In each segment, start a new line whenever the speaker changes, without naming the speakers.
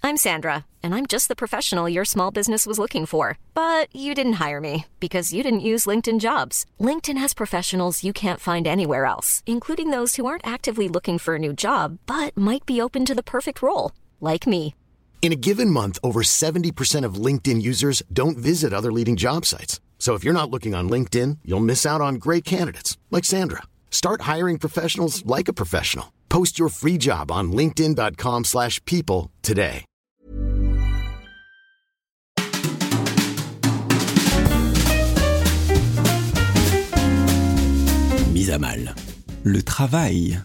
I'm Sandra, and I'm just the professional your small business was looking for. But you didn't hire me because you didn't use LinkedIn Jobs. LinkedIn has professionals you can't find anywhere else, including those who aren't actively looking for a new job, but might be open to the perfect role, like me.
In a given month, over 70% of LinkedIn users don't visit other leading job sites. So if you're not looking on LinkedIn, you'll miss out on great candidates like Sandra. Start hiring professionals like a professional. Post your free job on linkedin.com/people today.
Mise à mal. Le travail.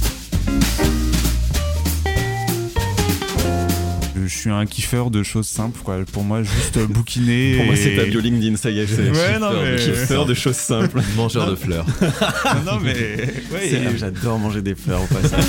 Je suis un kiffeur de choses simples, quoi. Pour moi, juste bouquiner.
Pour moi, c'est ta bio LinkedIn, ça y est. C'est kiffeur de choses simples.
Mangeur de fleurs.
Non, mais. Ouais,
j'adore manger des fleurs au passage.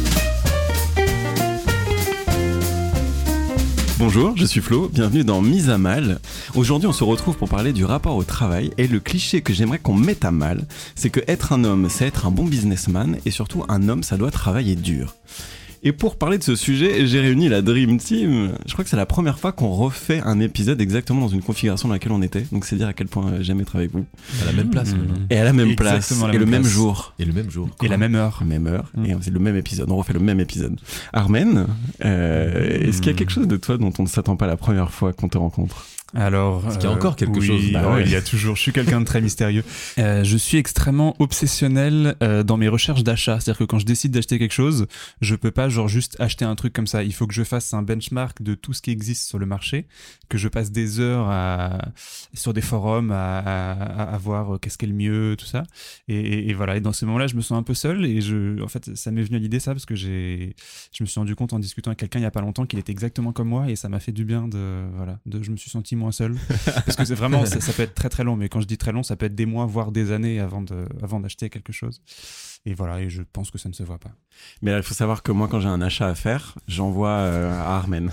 Bonjour, je suis Flo, bienvenue dans Mise à mal. Aujourd'hui, on se retrouve pour parler du rapport au travail et le cliché que j'aimerais qu'on mette à mal, c'est que être un homme, c'est être un bon businessman et surtout un homme, ça doit travailler dur. Et pour parler de ce sujet, j'ai réuni la Dream Team. Je crois que c'est la première fois qu'on refait un épisode exactement dans une configuration dans laquelle on était. Donc c'est dire à quel point j'aime être avec vous.
À la même place.
Et à la même place. Et le même jour.
Et le même jour.
Et la même heure.
Même heure. Et c'est le même épisode. On refait le même épisode. Armen, est-ce qu'il y a quelque chose de toi dont on ne s'attend pas la première fois qu'on te rencontre ?
Alors,
est-ce qu'il y a encore quelque chose ?
Il y a toujours. Je suis quelqu'un de très mystérieux. Je suis extrêmement obsessionnel dans mes recherches d'achat. C'est-à-dire que quand je décide d'acheter quelque chose, je peux pas genre juste acheter un truc comme ça. Il faut que je fasse un benchmark de tout ce qui existe sur le marché, que je passe des heures sur des forums à voir qu'est-ce qui est le mieux, tout ça. Et voilà. Et dans ces moments-là, je me sens un peu seul. Et en fait, ça m'est venu à l'idée ça parce que je me suis rendu compte en discutant avec quelqu'un il y a pas longtemps qu'il était exactement comme moi et ça m'a fait du bien je me suis senti moins seul parce que c'est vraiment ça peut être très très long, mais quand je dis très long, ça peut être des mois voire des années avant d'acheter quelque chose. Et voilà, et je pense que ça ne se voit pas.
Mais là, il faut savoir que moi, quand j'ai un achat à faire, j'envoie à Armen.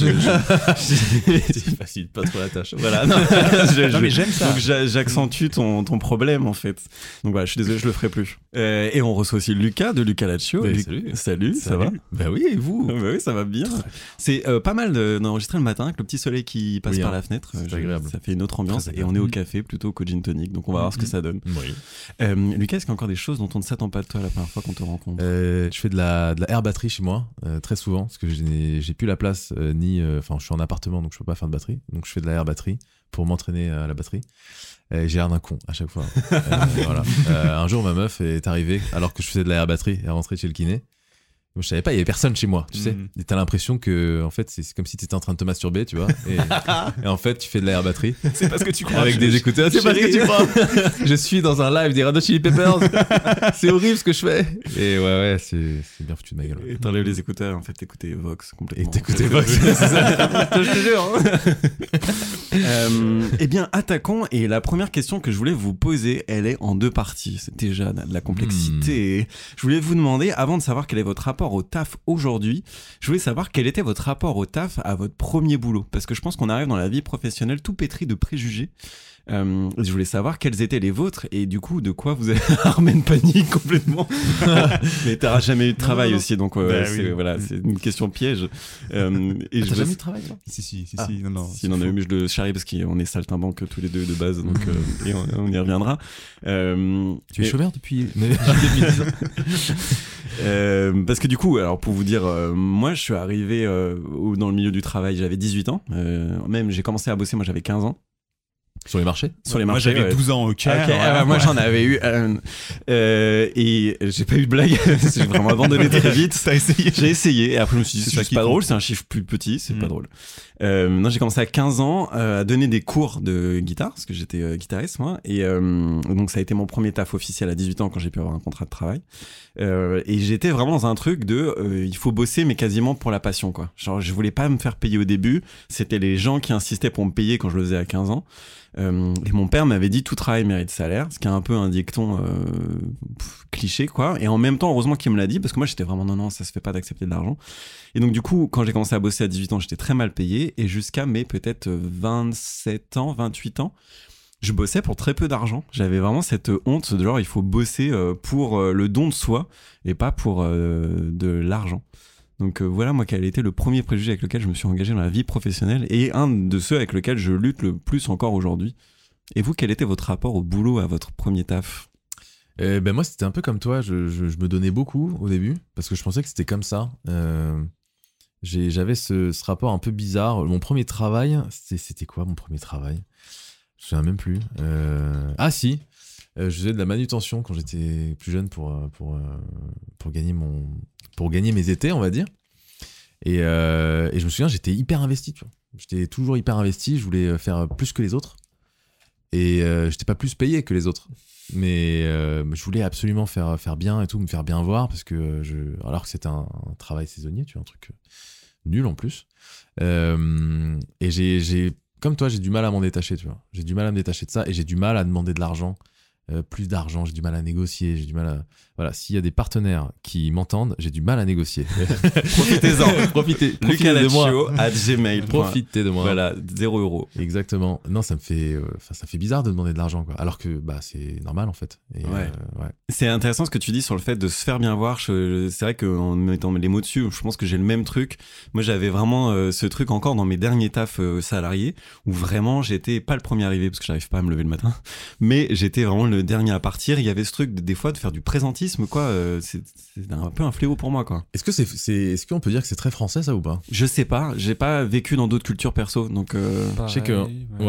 C'est facile, pas trop la tâche.
Voilà.
Non, mais j'aime ça.
Donc j'accentue ton problème, en fait. Donc voilà, je suis désolé, je le ferai plus. Et on reçoit aussi Lucas de Lucas Laccio. Salut, ça va ?
Bah oui, et vous ?
Bah oui, ça va bien. C'est pas mal d'enregistrer le matin avec le petit soleil qui passe par la fenêtre.
C'est agréable.
Ça fait une autre ambiance. Et on est au café plutôt qu'au gin tonic. Donc on va voir ce que ça donne.
Oui.
Lucas, est-ce qu'il y a encore des choses dont on ne s'attend pas de toi la première fois qu'on te rencontre ?
Je fais de la air batterie chez moi très souvent parce que j'ai plus la place je suis en appartement donc je peux pas faire de batterie, donc je fais de la air batterie pour m'entraîner à la batterie. J'ai l'air d'un con à chaque fois. Voilà. Un jour ma meuf est arrivée alors que je faisais de la air batterie, elle est rentrée chez le kiné. Moi, je savais pas, il y avait personne chez moi, tu sais. Et t'as l'impression que, en fait, c'est comme si t'étais en train de te masturber, tu vois. Et en fait, tu fais de la air batterie.
C'est pas ce que tu crois.
Avec des écouteurs. C'est pas ce que tu crois. Je suis dans un live des Red Hot Chili Peppers. C'est horrible ce que je fais. Et ouais, c'est bien foutu de ma gueule.
Et t'enlèves les écouteurs, en fait, t'écoutais Vox complètement.
Et t'écoutais Vox, c'est ça.
Je te jure. Eh bien, attaquons. Et la première question que je voulais vous poser, elle est en deux parties. C'est déjà de la complexité. Je voulais vous demander, avant de savoir quel est votre rapport au taf aujourd'hui, je voulais savoir quel était votre rapport au taf à votre premier boulot, parce que je pense qu'on arrive dans la vie professionnelle tout pétri de préjugés. Je voulais savoir quels étaient les vôtres et du coup de quoi vous avez Armen panique complètement. Mais t'auras jamais eu de travail aussi, donc c'est une question piège.
Et t'as jamais eu de travail, non ?
Si, non.
Si on a eu, mais je le charrie parce qu'on est saltimbanque tous les deux de base, donc et on y reviendra.
Tu es chômeur depuis 10 ans.
Parce que du coup, alors pour vous dire, moi je suis arrivé dans le milieu du travail, j'avais 18 ans. Même j'ai commencé à bosser, moi j'avais 15 ans.
Sur les marchés ?
Moi j'avais 12 ans au Caire.
Moi j'en avais eu et j'ai pas eu de blague. J'ai vraiment abandonné très vite.
T'as essayé ?
J'ai essayé et après je me suis dit c'est pas drôle, c'est un chiffre plus petit, c'est pas drôle. Non, j'ai commencé à 15 ans à donner des cours de guitare parce que j'étais guitariste moi et donc ça a été mon premier taf officiel à 18 ans quand j'ai pu avoir un contrat de travail. Et j'étais vraiment dans un truc de il faut bosser mais quasiment pour la passion quoi. Genre je voulais pas me faire payer au début, c'était les gens qui insistaient pour me payer quand je le faisais à 15 ans. Et mon père m'avait dit tout travail mérite salaire, ce qui est un peu un dicton cliché quoi. Et en même temps heureusement qu'il me l'a dit parce que moi j'étais vraiment non ça se fait pas d'accepter de l'argent. Et donc du coup quand j'ai commencé à bosser à 18 ans j'étais très mal payé et jusqu'à mes peut-être 27 ans, 28 ans je bossais pour très peu d'argent. J'avais vraiment cette honte de genre il faut bosser pour le don de soi et pas pour de l'argent. Donc voilà, moi, quel a été le premier préjugé avec lequel je me suis engagé dans la vie professionnelle et un de ceux avec lesquels je lutte le plus encore aujourd'hui. Et vous, quel était votre rapport au boulot, à votre premier taf ?
Moi, c'était un peu comme toi. Je me donnais beaucoup au début parce que je pensais que c'était comme ça. J'avais ce rapport un peu bizarre. Mon premier travail, c'était quoi mon premier travail ? Je me souviens même plus. Ah si, je faisais de la manutention quand j'étais plus jeune pour gagner mes étés, on va dire. Et je me souviens, j'étais hyper investi. Tu vois. J'étais toujours hyper investi. Je voulais faire plus que les autres. Et j'étais pas plus payé que les autres. Mais je voulais absolument faire bien et tout, me faire bien voir parce que alors que c'était un travail saisonnier, tu vois, un truc nul en plus. Et j'ai comme toi, j'ai du mal à m'en détacher, tu vois. J'ai du mal à me détacher de ça et j'ai du mal à demander de l'argent, plus d'argent, j'ai du mal à négocier, j'ai du mal à... Voilà, s'il y a des partenaires qui m'entendent, j'ai du mal à négocier.
Profitez-en. Profitez de moi. @gmail.
Profitez de moi.
Voilà, 0 €.
Exactement. Non, ça me fait bizarre de demander de l'argent, quoi. Alors que c'est normal en fait. Et,
ouais. C'est intéressant ce que tu dis sur le fait de se faire bien voir. C'est vrai qu'en mettant les mots dessus, je pense que j'ai le même truc. Moi, j'avais vraiment ce truc encore dans mes derniers tafs salariés où vraiment j'étais pas le premier arrivé parce que j'arrive pas à me lever le matin, mais j'étais vraiment le dernier à partir. Il y avait ce truc des fois de faire du présentisme, quoi. C'est un peu un fléau pour moi, quoi.
Est-ce qu'on peut dire que c'est très français, ça, ou pas ?
Je sais pas. J'ai pas vécu dans d'autres cultures perso, donc.
Je sais que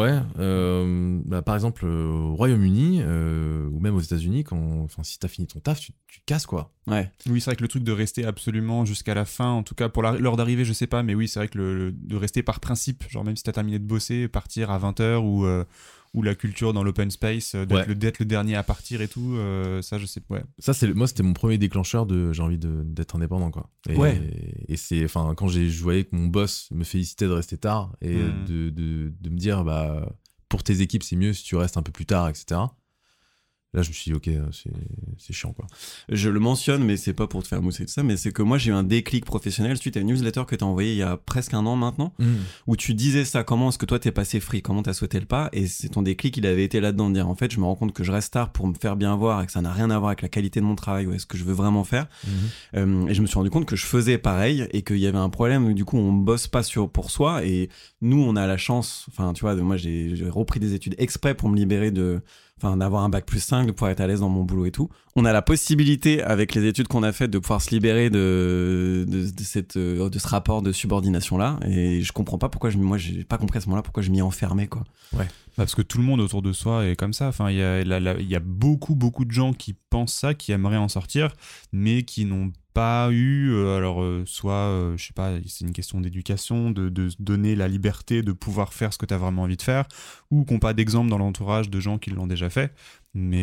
par exemple au Royaume-Uni ou même aux États-Unis, si t'as fini ton taf, tu casses, quoi.
Ouais.
Oui, c'est vrai que le truc de rester absolument jusqu'à la fin, en tout cas pour l'heure d'arrivée, je sais pas, mais oui, c'est vrai que de rester par principe, genre même si t'as terminé de bosser, partir à 20h ou la culture dans l'open space, d'être le dernier à partir et tout, ça je sais, ouais.
Ça, moi, c'était mon premier déclencheur j'ai envie d'être indépendant, quoi. Et c'est, quand je voyais que mon boss me félicitait de rester tard et de me dire, pour tes équipes, c'est mieux si tu restes un peu plus tard, etc. Là, je me suis dit, ok, c'est chiant, quoi.
Je le mentionne, mais c'est pas pour te faire mousser tout ça, mais c'est que moi, j'ai eu un déclic professionnel suite à une newsletter que t'as envoyée il y a presque 1 an maintenant, où tu disais ça, comment est-ce que toi t'es passé free, comment t'as sauté le pas, et c'est ton déclic, il avait été là-dedans, de dire, en fait, je me rends compte que je reste tard pour me faire bien voir et que ça n'a rien à voir avec la qualité de mon travail ou est-ce que je veux vraiment faire. Et je me suis rendu compte que je faisais pareil et qu'il y avait un problème, du coup, on bosse pas pour soi, et nous, on a la chance, tu vois, moi, j'ai repris des études exprès pour me libérer d'avoir un bac plus 5, de pouvoir être à l'aise dans mon boulot et tout. On a la possibilité, avec les études qu'on a faites, de pouvoir se libérer de ce rapport de subordination-là. Et je comprends pas pourquoi moi, j'ai pas compris à ce moment-là pourquoi je m'y enfermais, quoi.
Ouais.
Parce que tout le monde autour de soi est comme ça. Enfin, il y a beaucoup de gens qui pensent ça, qui aimeraient en sortir, mais qui n'ont pas eu, soit, je sais pas, c'est une question d'éducation, de se donner la liberté de pouvoir faire ce que tu as vraiment envie de faire, ou qui n'ont pas d'exemple dans l'entourage de gens qui l'ont déjà fait. Mais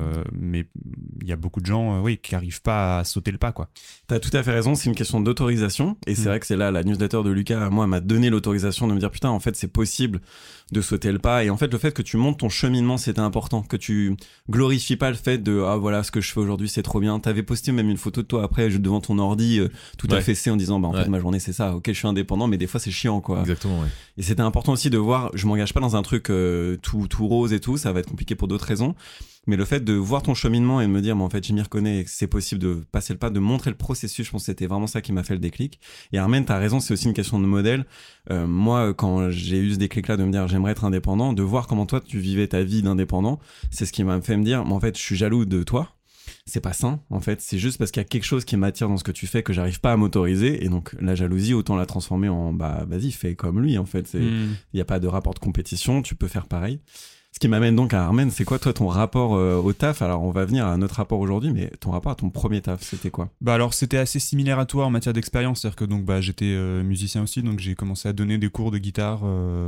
il y a beaucoup de gens qui n'arrivent pas à sauter le pas, quoi.
T'as tout à fait raison, c'est une question d'autorisation. Et c'est vrai que c'est là, la newsletter de Lucas, moi, m'a donné l'autorisation de me dire, putain, en fait, c'est possible de sauter le pas. Et en fait, le fait que tu montes ton cheminement, c'était important. Que tu glorifies pas le fait de, ah voilà, ce que je fais aujourd'hui, c'est trop bien. T'avais posté même une photo de toi après, devant ton ordi, tout affaissé en disant, en fait, ma journée, c'est ça. Ok, je suis indépendant, mais des fois, c'est chiant, quoi.
Exactement, ouais.
Et c'était important aussi de voir, je m'engage pas dans un truc tout rose et tout, ça va être compliqué pour d'autres raisons. Mais le fait de voir ton cheminement et de me dire, en fait, je m'y reconnais et que c'est possible de passer le pas, de montrer le processus, je pense que c'était vraiment ça qui m'a fait le déclic. Et Armen, t'as raison, c'est aussi une question de modèle. Moi, quand j'ai eu ce déclic-là de me dire, j'aimerais être indépendant, de voir comment toi, tu vivais ta vie d'indépendant, c'est ce qui m'a fait me dire, en fait, je suis jaloux de toi. C'est pas sain, en fait. C'est juste parce qu'il y a quelque chose qui m'attire dans ce que tu fais que j'arrive pas à m'autoriser. Et donc, la jalousie, autant la transformer en, vas-y, fais comme lui, en fait. Il y a pas de rapport de compétition, tu peux faire pareil. Ce qui m'amène donc à Armen, c'est quoi toi ton rapport au taf ? Alors on va venir à notre rapport aujourd'hui, mais ton rapport à ton premier taf, c'était quoi ?
Alors c'était assez similaire à toi en matière d'expérience, c'est-à-dire que donc j'étais musicien aussi, donc j'ai commencé à donner des cours de guitare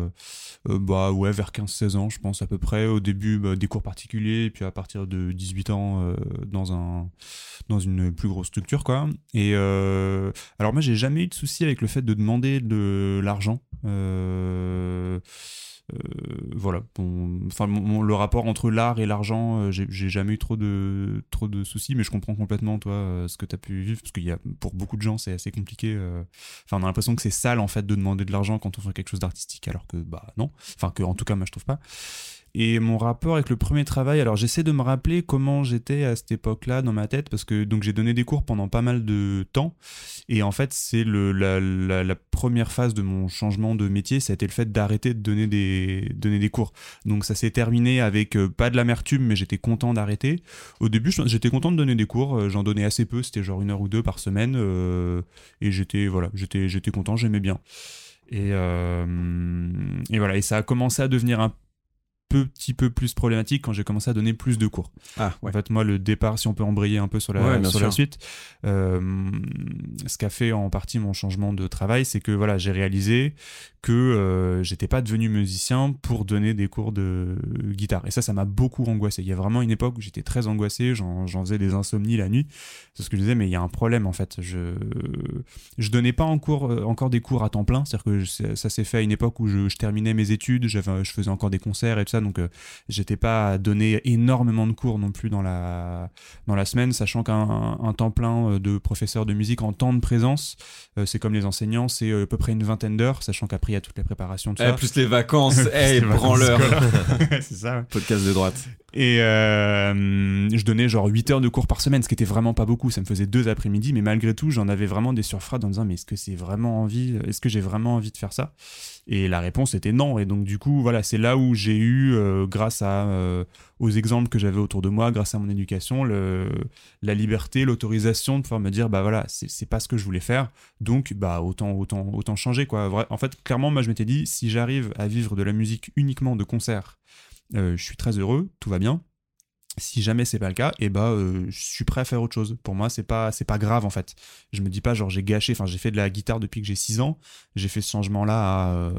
vers 15-16 ans je pense à peu près. Au début des cours particuliers, et puis à partir de 18 ans dans une plus grosse structure, quoi. Et alors moi j'ai jamais eu de souci avec le fait de demander de l'argent. Le rapport entre l'art et l'argent, j'ai jamais eu trop de soucis, mais je comprends complètement toi ce que t'as pu vivre, parce pour beaucoup de gens c'est assez compliqué. On a l'impression que c'est sale en fait de demander de l'argent quand on fait quelque chose d'artistique, alors que non, que en tout cas moi je trouve pas. Et mon rapport avec le premier travail, alors j'essaie de me rappeler comment j'étais à cette époque-là dans ma tête, parce que donc j'ai donné des cours pendant pas mal de temps, et en fait c'est la première phase de mon changement de métier, ça a été le fait d'arrêter de donner des cours. Donc ça s'est terminé avec pas de l'amertume, mais j'étais content d'arrêter. Au début j'étais content de donner des cours, j'en donnais assez peu, c'était genre 1 heure ou 2 par semaine, et j'étais content, j'aimais bien. Et voilà, et ça a commencé à devenir un petit peu plus problématique quand j'ai commencé à donner plus de cours.
Ah, ouais.
En fait, moi, le départ, si on peut embrayer un peu sur la suite, ce qu'a fait en partie mon changement de travail, c'est que voilà, j'ai réalisé que j'étais pas devenu musicien pour donner des cours de guitare. Et ça m'a beaucoup angoissé. Il y a vraiment une époque où j'étais très angoissé, j'en faisais des insomnies la nuit. C'est ce que je disais, mais il y a un problème en fait. Je donnais pas encore des cours à temps plein, c'est-à-dire que ça s'est fait à une époque où je terminais mes études, je faisais encore des concerts et tout ça, donc j'étais pas à donner énormément de cours non plus dans la semaine, sachant qu'un temps plein de professeur de musique en temps de présence, c'est comme les enseignants, c'est à peu près une 20aine d'heures, sachant qu'après il y a toutes les préparations, tout ça.
Plus les vacances, branleur.
C'est ça, ouais.
Podcast de droite.
Et je donnais genre 8 heures de cours par semaine, ce qui était vraiment pas beaucoup, ça me faisait 2 après-midi, mais malgré tout j'en avais vraiment des surfrades en me disant mais est-ce que j'ai vraiment envie de faire ça? Et la réponse était non. Et donc du coup voilà, c'est là où j'ai eu grâce aux exemples que j'avais autour de moi, grâce à mon éducation, la liberté, l'autorisation de pouvoir me dire bah voilà, c'est pas ce que je voulais faire, donc bah autant changer quoi. En fait clairement moi je m'étais dit si j'arrive à vivre de la musique uniquement de concert, je suis très heureux, tout va bien. Si jamais c'est pas le cas, je suis prêt à faire autre chose. Pour moi, c'est pas grave en fait. Je me dis pas genre j'ai fait de la guitare depuis que j'ai 6 ans, j'ai fait ce changement-là à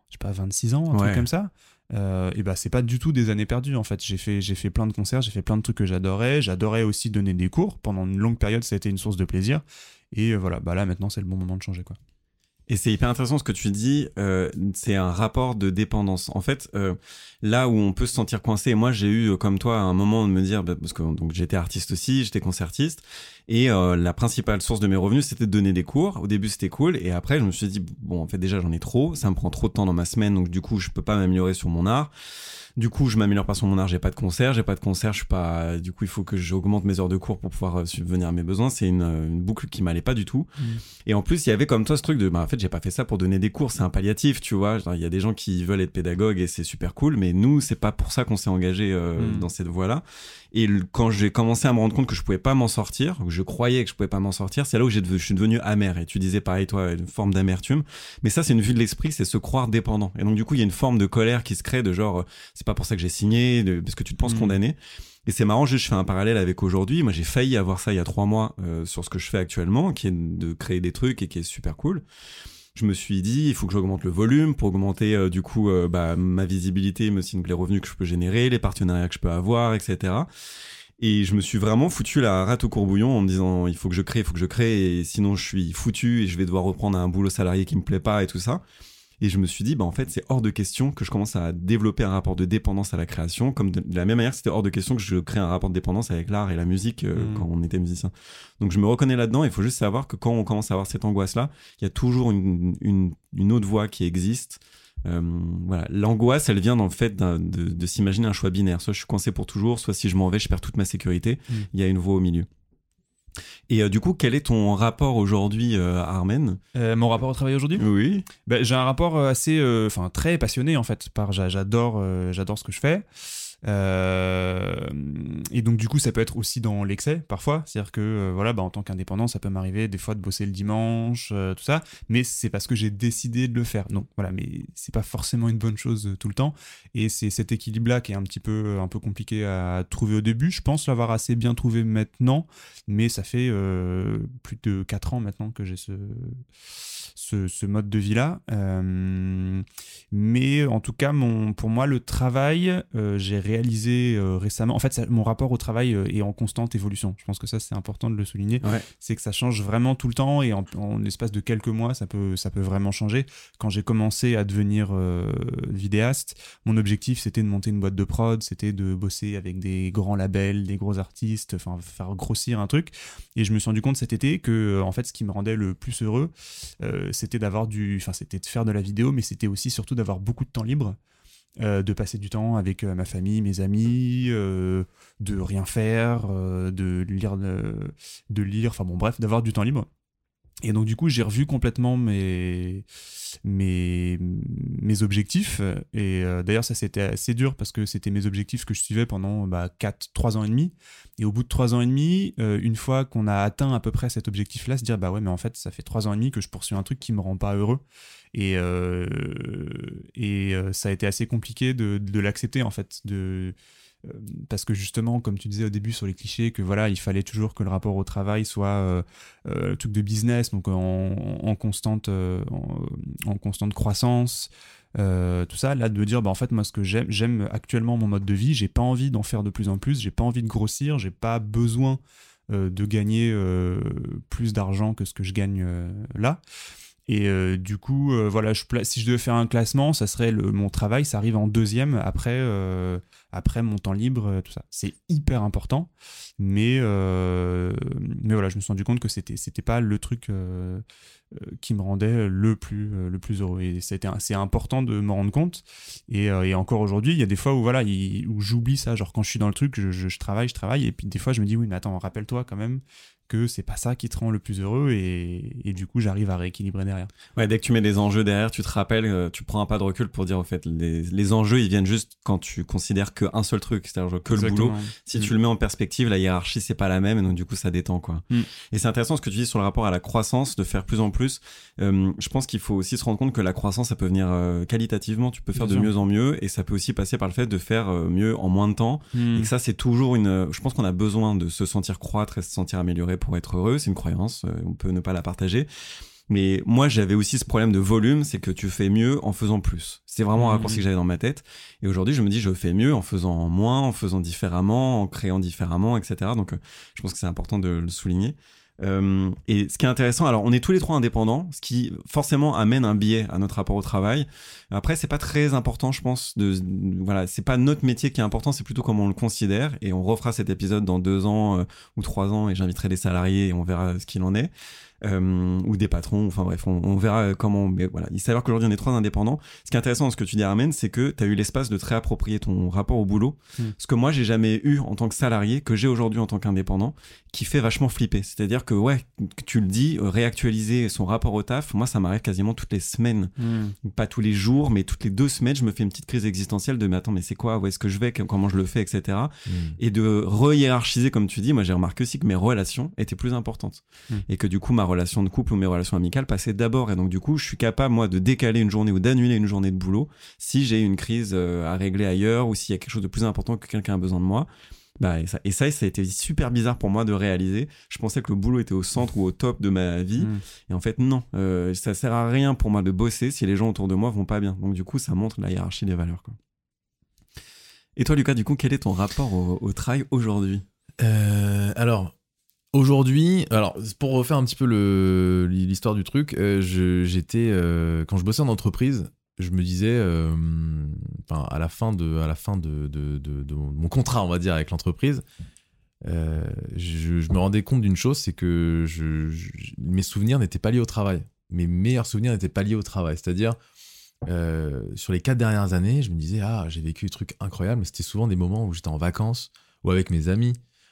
26 ans, un truc comme ça. C'est pas du tout des années perdues en fait. J'ai fait plein de concerts, j'ai fait plein de trucs que j'adorais aussi donner des cours. Pendant une longue période, ça a été une source de plaisir. Et voilà, là maintenant c'est le bon moment de changer quoi.
Et c'est hyper intéressant ce que tu dis, c'est un rapport de dépendance. En fait, là où on peut se sentir coincé, et moi j'ai eu comme toi un moment de me dire, parce que donc j'étais artiste aussi, j'étais concertiste, et la principale source de mes revenus c'était de donner des cours. Au début c'était cool, et après je me suis dit, bon en fait déjà j'en ai trop, ça me prend trop de temps dans ma semaine, donc du coup je peux pas m'améliorer sur mon art. Du coup, je m'améliore pas sur mon art, j'ai pas de concert, je suis pas, du coup, il faut que j'augmente mes heures de cours pour pouvoir subvenir à mes besoins. C'est une boucle qui m'allait pas du tout. Et en plus, il y avait comme toi ce truc de, en fait, j'ai pas fait ça pour donner des cours, c'est un palliatif, tu vois. Il y a des gens qui veulent être pédagogues et c'est super cool, mais nous, c'est pas pour ça qu'on s'est engagé dans cette voie-là. Et quand j'ai commencé à me rendre compte que je pouvais pas m'en sortir, que je croyais que je pouvais pas m'en sortir, c'est là où je suis devenu amer. Et tu disais pareil, toi, une forme d'amertume. Mais ça, c'est une vue de l'esprit, c'est se croire dépendant. Et donc, du coup, il y a une forme de colère qui se crée de genre, c'est pas pour ça que j'ai signé, parce que tu te penses condamné. Et c'est marrant, je fais un parallèle avec aujourd'hui. Moi, j'ai failli avoir ça il y a 3 mois sur ce que je fais actuellement, qui est de créer des trucs et qui est super cool. Je me suis dit, il faut que j'augmente le volume pour augmenter ma visibilité, mais aussi les revenus que je peux générer, les partenariats que je peux avoir, etc. Et je me suis vraiment foutu la rate au courbouillon en me disant, il faut que je crée, et sinon je suis foutu et je vais devoir reprendre un boulot salarié qui me plaît pas et tout ça. Et je me suis dit, en fait, c'est hors de question que je commence à développer un rapport de dépendance à la création, comme de la même manière que c'était hors de question que je crée un rapport de dépendance avec l'art et la musique quand on était musicien. Donc je me reconnais là-dedans. Il faut juste savoir que quand on commence à avoir cette angoisse-là, il y a toujours une autre voie qui existe. Voilà, l'angoisse, elle vient dans le fait de s'imaginer un choix binaire. Soit je suis coincé pour toujours, soit si je m'en vais, je perds toute ma sécurité. Il y a une voie au milieu. Et du coup, quel est ton rapport aujourd'hui, Armen ?
Mon rapport au travail aujourd'hui ?
Oui.
J'ai un rapport assez, très passionné en fait. J'adore ce que je fais. Et donc du coup ça peut être aussi dans l'excès parfois, c'est-à-dire que en tant qu'indépendant ça peut m'arriver des fois de bosser le dimanche, tout ça, mais c'est parce que j'ai décidé de le faire, donc voilà, mais c'est pas forcément une bonne chose tout le temps, et c'est cet équilibre là qui est un peu compliqué à trouver au début. Je pense l'avoir assez bien trouvé maintenant, mais ça fait plus de 4 ans maintenant que j'ai ce mode de vie là, mais en tout cas pour moi le travail, j'ai réalisé récemment, en fait mon rapport au travail est en constante évolution. Je pense que ça c'est important de le souligner, c'est que ça change vraiment tout le temps, et en l'espace de quelques mois ça peut vraiment changer. Quand j'ai commencé à devenir vidéaste, mon objectif c'était de monter une boîte de prod, c'était de bosser avec des grands labels, des gros artistes, enfin faire grossir un truc, et je me suis rendu compte cet été que en fait ce qui me rendait le plus heureux, c'était de faire de la vidéo, mais c'était aussi surtout d'avoir beaucoup de temps libre. de passer du temps avec ma famille, mes amis, de rien faire, de lire, enfin bon bref, d'avoir du temps libre. Et donc du coup j'ai revu complètement mes objectifs, et d'ailleurs ça c'était assez dur parce que c'était mes objectifs que je suivais pendant 3 ans et demi, et au bout de 3 ans et demi, une fois qu'on a atteint à peu près cet objectif là, se dire bah ouais mais en fait ça fait 3 ans et demi que je poursuis un truc qui me rend pas heureux, et ça a été assez compliqué de l'accepter en fait, parce que justement, comme tu disais au début sur les clichés, que voilà, il fallait toujours que le rapport au travail soit le truc de business, donc en constante croissance, tout ça, là de me dire en fait moi ce que j'aime actuellement mon mode de vie, j'ai pas envie d'en faire de plus en plus, j'ai pas envie de grossir, j'ai pas besoin de gagner plus d'argent que ce que je gagne là. Et du coup, voilà, si je devais faire un classement, ça serait mon travail, ça arrive en deuxième après mon temps libre, tout ça. C'est hyper important, mais voilà, je me suis rendu compte que c'était pas le truc qui me rendait le plus heureux. Et c'est important de m'en rendre compte. Et encore aujourd'hui, il y a des fois où voilà, où j'oublie ça. Genre quand je suis dans le truc, je travaille, et puis des fois je me dis oui, mais attends, rappelle-toi quand même que c'est pas ça qui te rend le plus heureux, et du coup j'arrive à rééquilibrer derrière.
Ouais, dès que tu mets des enjeux derrière, tu te rappelles, tu prends un pas de recul pour dire au fait les enjeux ils viennent juste quand tu considères qu'un seul truc, c'est-à-dire que
Exactement.
le boulot. Si tu le mets en perspective, la hiérarchie c'est pas la même, et donc du coup ça détend quoi. Et c'est intéressant ce que tu dis sur le rapport à la croissance, de faire plus en plus. Je pense qu'il faut aussi se rendre compte que la croissance ça peut venir qualitativement, tu peux faire de mieux en mieux, et ça peut aussi passer par le fait de faire mieux en moins de temps, et que ça c'est toujours je pense qu'on a besoin de se sentir croître et se sentir amélioré pour être heureux, c'est une croyance, on peut ne pas la partager. Mais moi, j'avais aussi ce problème de volume, c'est que tu fais mieux en faisant plus. C'est vraiment un raccourci que j'avais dans ma tête. Et aujourd'hui, je me dis, je fais mieux en faisant moins, en faisant différemment, en créant différemment, etc. Donc, je pense que c'est important de le souligner. Et ce qui est intéressant, alors on est tous les trois indépendants, ce qui forcément amène un biais à notre rapport au travail. Après, c'est pas très important, je pense, voilà, c'est pas notre métier qui est important, c'est plutôt comment on le considère. Et on refera cet épisode dans 2 ans ou 3 ans, et j'inviterai des salariés et on verra ce qu'il en est. Ou des patrons, enfin bref, on verra comment, mais voilà, il s'avère qu'aujourd'hui on est 3 indépendants. Ce qui est intéressant dans ce que tu dis, Armen, c'est que tu as eu l'espace de te réapproprier ton rapport au boulot, ce que moi j'ai jamais eu en tant que salarié, que j'ai aujourd'hui en tant qu'indépendant, qui fait vachement flipper. C'est-à-dire que ouais, que tu le dis, réactualiser son rapport au taf, moi ça m'arrive quasiment toutes les semaines, pas tous les jours, mais toutes les 2 semaines, je me fais une petite crise existentielle de mais attends, mais c'est quoi, où est-ce que je vais, comment je le fais, etc. Et de re-hiérarchiser, comme tu dis. Moi j'ai remarqué aussi que mes relations étaient plus importantes, et que du coup ma relation de couple ou mes relations amicales passaient d'abord, et donc du coup je suis capable moi de décaler une journée ou d'annuler une journée de boulot si j'ai une crise à régler ailleurs, ou s'il y a quelque chose de plus important que quelqu'un a besoin de moi. Et ça a été super bizarre pour moi de réaliser. Je pensais que le boulot était au centre ou au top de ma vie, et en fait non, ça sert à rien pour moi de bosser si les gens autour de moi vont pas bien. Donc du coup ça montre la hiérarchie des valeurs quoi. Et toi Lucas, du coup quel est ton rapport au travail aujourd'hui?
Alors aujourd'hui, pour refaire un petit peu l'histoire du truc, j'étais quand je bossais en entreprise, je me disais, à la fin de mon contrat, on va dire, avec l'entreprise, je me rendais compte d'une chose, c'est que mes souvenirs n'étaient pas liés au travail. Mes meilleurs souvenirs n'étaient pas liés au travail. C'est-à-dire, sur les 4 dernières années, je me disais, j'ai vécu des trucs incroyables, mais c'était souvent des moments où j'étais en vacances ou avec mes amis.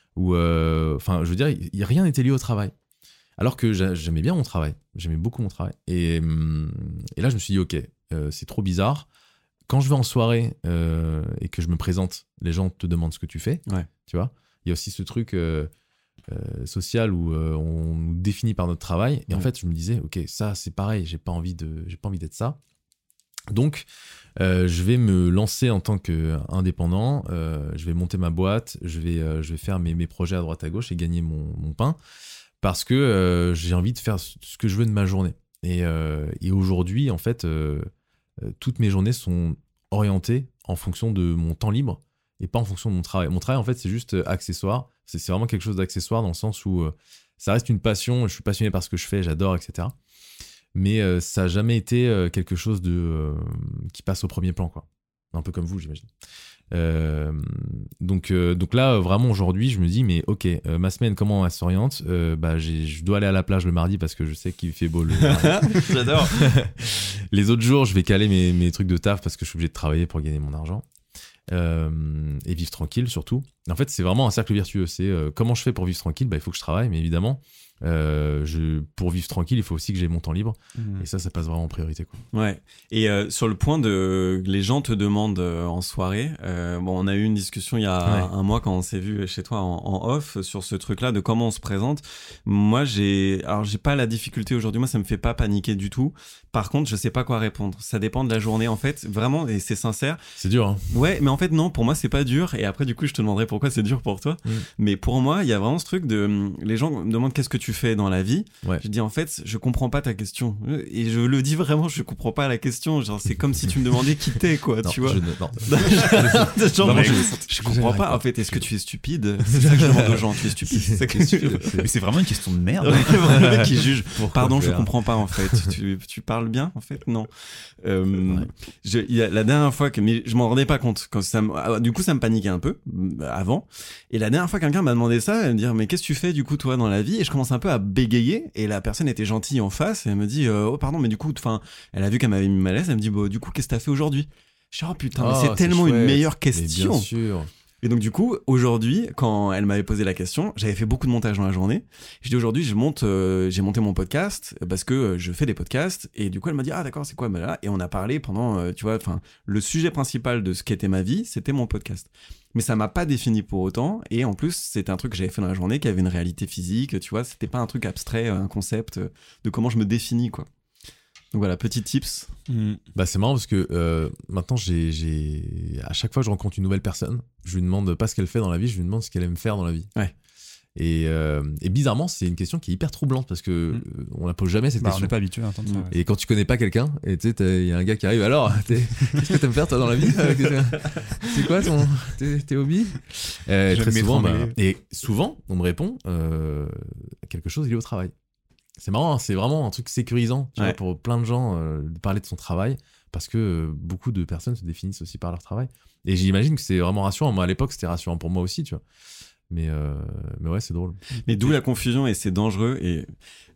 Je veux dire, rien n'était lié au travail. Alors que j'aimais bien mon travail. J'aimais beaucoup mon travail. Et là, je me suis dit, ok, c'est trop bizarre. Quand je vais en soirée et que je me présente, les gens te demandent ce que tu fais. Ouais. Tu vois, il y a aussi ce truc social où on nous définit par notre travail. Et en fait, je me disais, ok, ça, c'est pareil. J'ai pas envie d'être ça. Donc, je vais me lancer en tant qu'indépendant, je vais monter ma boîte, je vais faire mes projets à droite à gauche et gagner mon pain, parce que j'ai envie de faire ce que je veux de ma journée. Et aujourd'hui, en fait, toutes mes journées sont orientées en fonction de mon temps libre et pas en fonction de mon travail. Mon travail, en fait, c'est juste accessoire. C'est vraiment quelque chose d'accessoire dans le sens où ça reste une passion, je suis passionné par ce que je fais, j'adore, etc. Mais ça n'a jamais été quelque chose qui passe au premier plan, quoi. Un peu comme vous, j'imagine. Donc là, vraiment, aujourd'hui, je me dis, mais ok, ma semaine, comment elle s'oriente? Je dois aller à la plage le mardi parce que je sais qu'il fait beau le mardi.
J'adore.
Les autres jours, je vais caler mes trucs de taf parce que je suis obligé de travailler pour gagner mon argent. Et vivre tranquille, surtout. En fait, c'est vraiment un cercle vertueux. C'est comment je fais pour vivre tranquille? Il faut que je travaille, mais évidemment, pour vivre tranquille, il faut aussi que j'ai mon temps libre. Et ça passe vraiment en priorité, quoi.
Ouais. Et sur le point de les gens te demandent en soirée, on a eu une discussion il y a un mois quand on s'est vu chez toi en off sur ce truc-là de comment on se présente. Moi, j'ai pas la difficulté aujourd'hui. Moi, ça me fait pas paniquer du tout. Par contre, je sais pas quoi répondre. Ça dépend de la journée, en fait. Vraiment, et c'est sincère.
C'est dur, hein.
Ouais, mais en fait, non, pour moi, c'est pas dur. Et après, du coup, je te demanderai pourquoi c'est dur pour toi. Mais pour moi, il y a vraiment ce truc de, les gens me demandent qu'est-ce que tu fais dans la vie. Ouais. Je dis, en fait, je comprends pas ta question. Et je le dis vraiment, je comprends pas la question. Genre, c'est comme si tu me demandais qui t'es, quoi,
non,
tu vois.
Je
comprends pas. En fait, est-ce que tu es stupide? C'est ça que je demande aux gens. Tu es stupide. C'est ça que
mais c'est vraiment une question de merde.
Le mec qui juge. Pardon, je comprends pas, en fait. Tu parles bien, en fait? Non. La dernière fois mais je m'en rendais pas compte quand du coup ça me paniquait un peu avant, et la dernière fois quelqu'un m'a demandé ça, elle me dit mais qu'est-ce que tu fais du coup toi dans la vie, et je commence un peu à bégayer, et la personne était gentille en face et elle me dit oh pardon, mais du coup elle a vu qu'elle m'avait mis mal à l'aise, elle me dit du coup qu'est-ce que t'as fait aujourd'hui? Je dis oh putain, mais c'est tellement une meilleure question.
Mais bien sûr.
Et donc du coup, aujourd'hui, quand elle m'avait posé la question, j'avais fait beaucoup de montage dans la journée. Je dis aujourd'hui, j'ai monté mon podcast parce que je fais des podcasts. Et du coup, elle m'a dit ah d'accord, c'est quoi là? Et on a parlé pendant, le sujet principal de ce qu'était ma vie, c'était mon podcast. Mais ça m'a pas défini pour autant. Et en plus, c'était un truc que j'avais fait dans la journée, qui avait une réalité physique. Tu vois, c'était pas un truc abstrait, un concept de comment je me définis, quoi. Donc voilà, petit tips.
C'est marrant parce que maintenant, à chaque fois que je rencontre une nouvelle personne, je lui demande pas ce qu'elle fait dans la vie, je lui demande ce qu'elle aime faire dans la vie. Ouais. Et bizarrement, c'est une question qui est hyper troublante parce que on la pose jamais cette question.
On n'est pas habitué à entendre ça. Ouais.
Et quand tu connais pas quelqu'un, et tu sais, il y a un gars qui arrive, alors, qu'est-ce que t'aimes faire toi dans la vie? C'est quoi tes hobbies? Très souvent, et souvent, on me répond quelque chose lié au travail. C'est marrant, hein, c'est vraiment un truc sécurisant tu vois, pour plein de gens de parler de son travail, parce que beaucoup de personnes se définissent aussi par leur travail. Et j'imagine que c'est vraiment rassurant. Moi, à l'époque, c'était rassurant pour moi aussi, tu vois. Mais ouais, c'est drôle.
Mais d'où la confusion, et c'est dangereux, et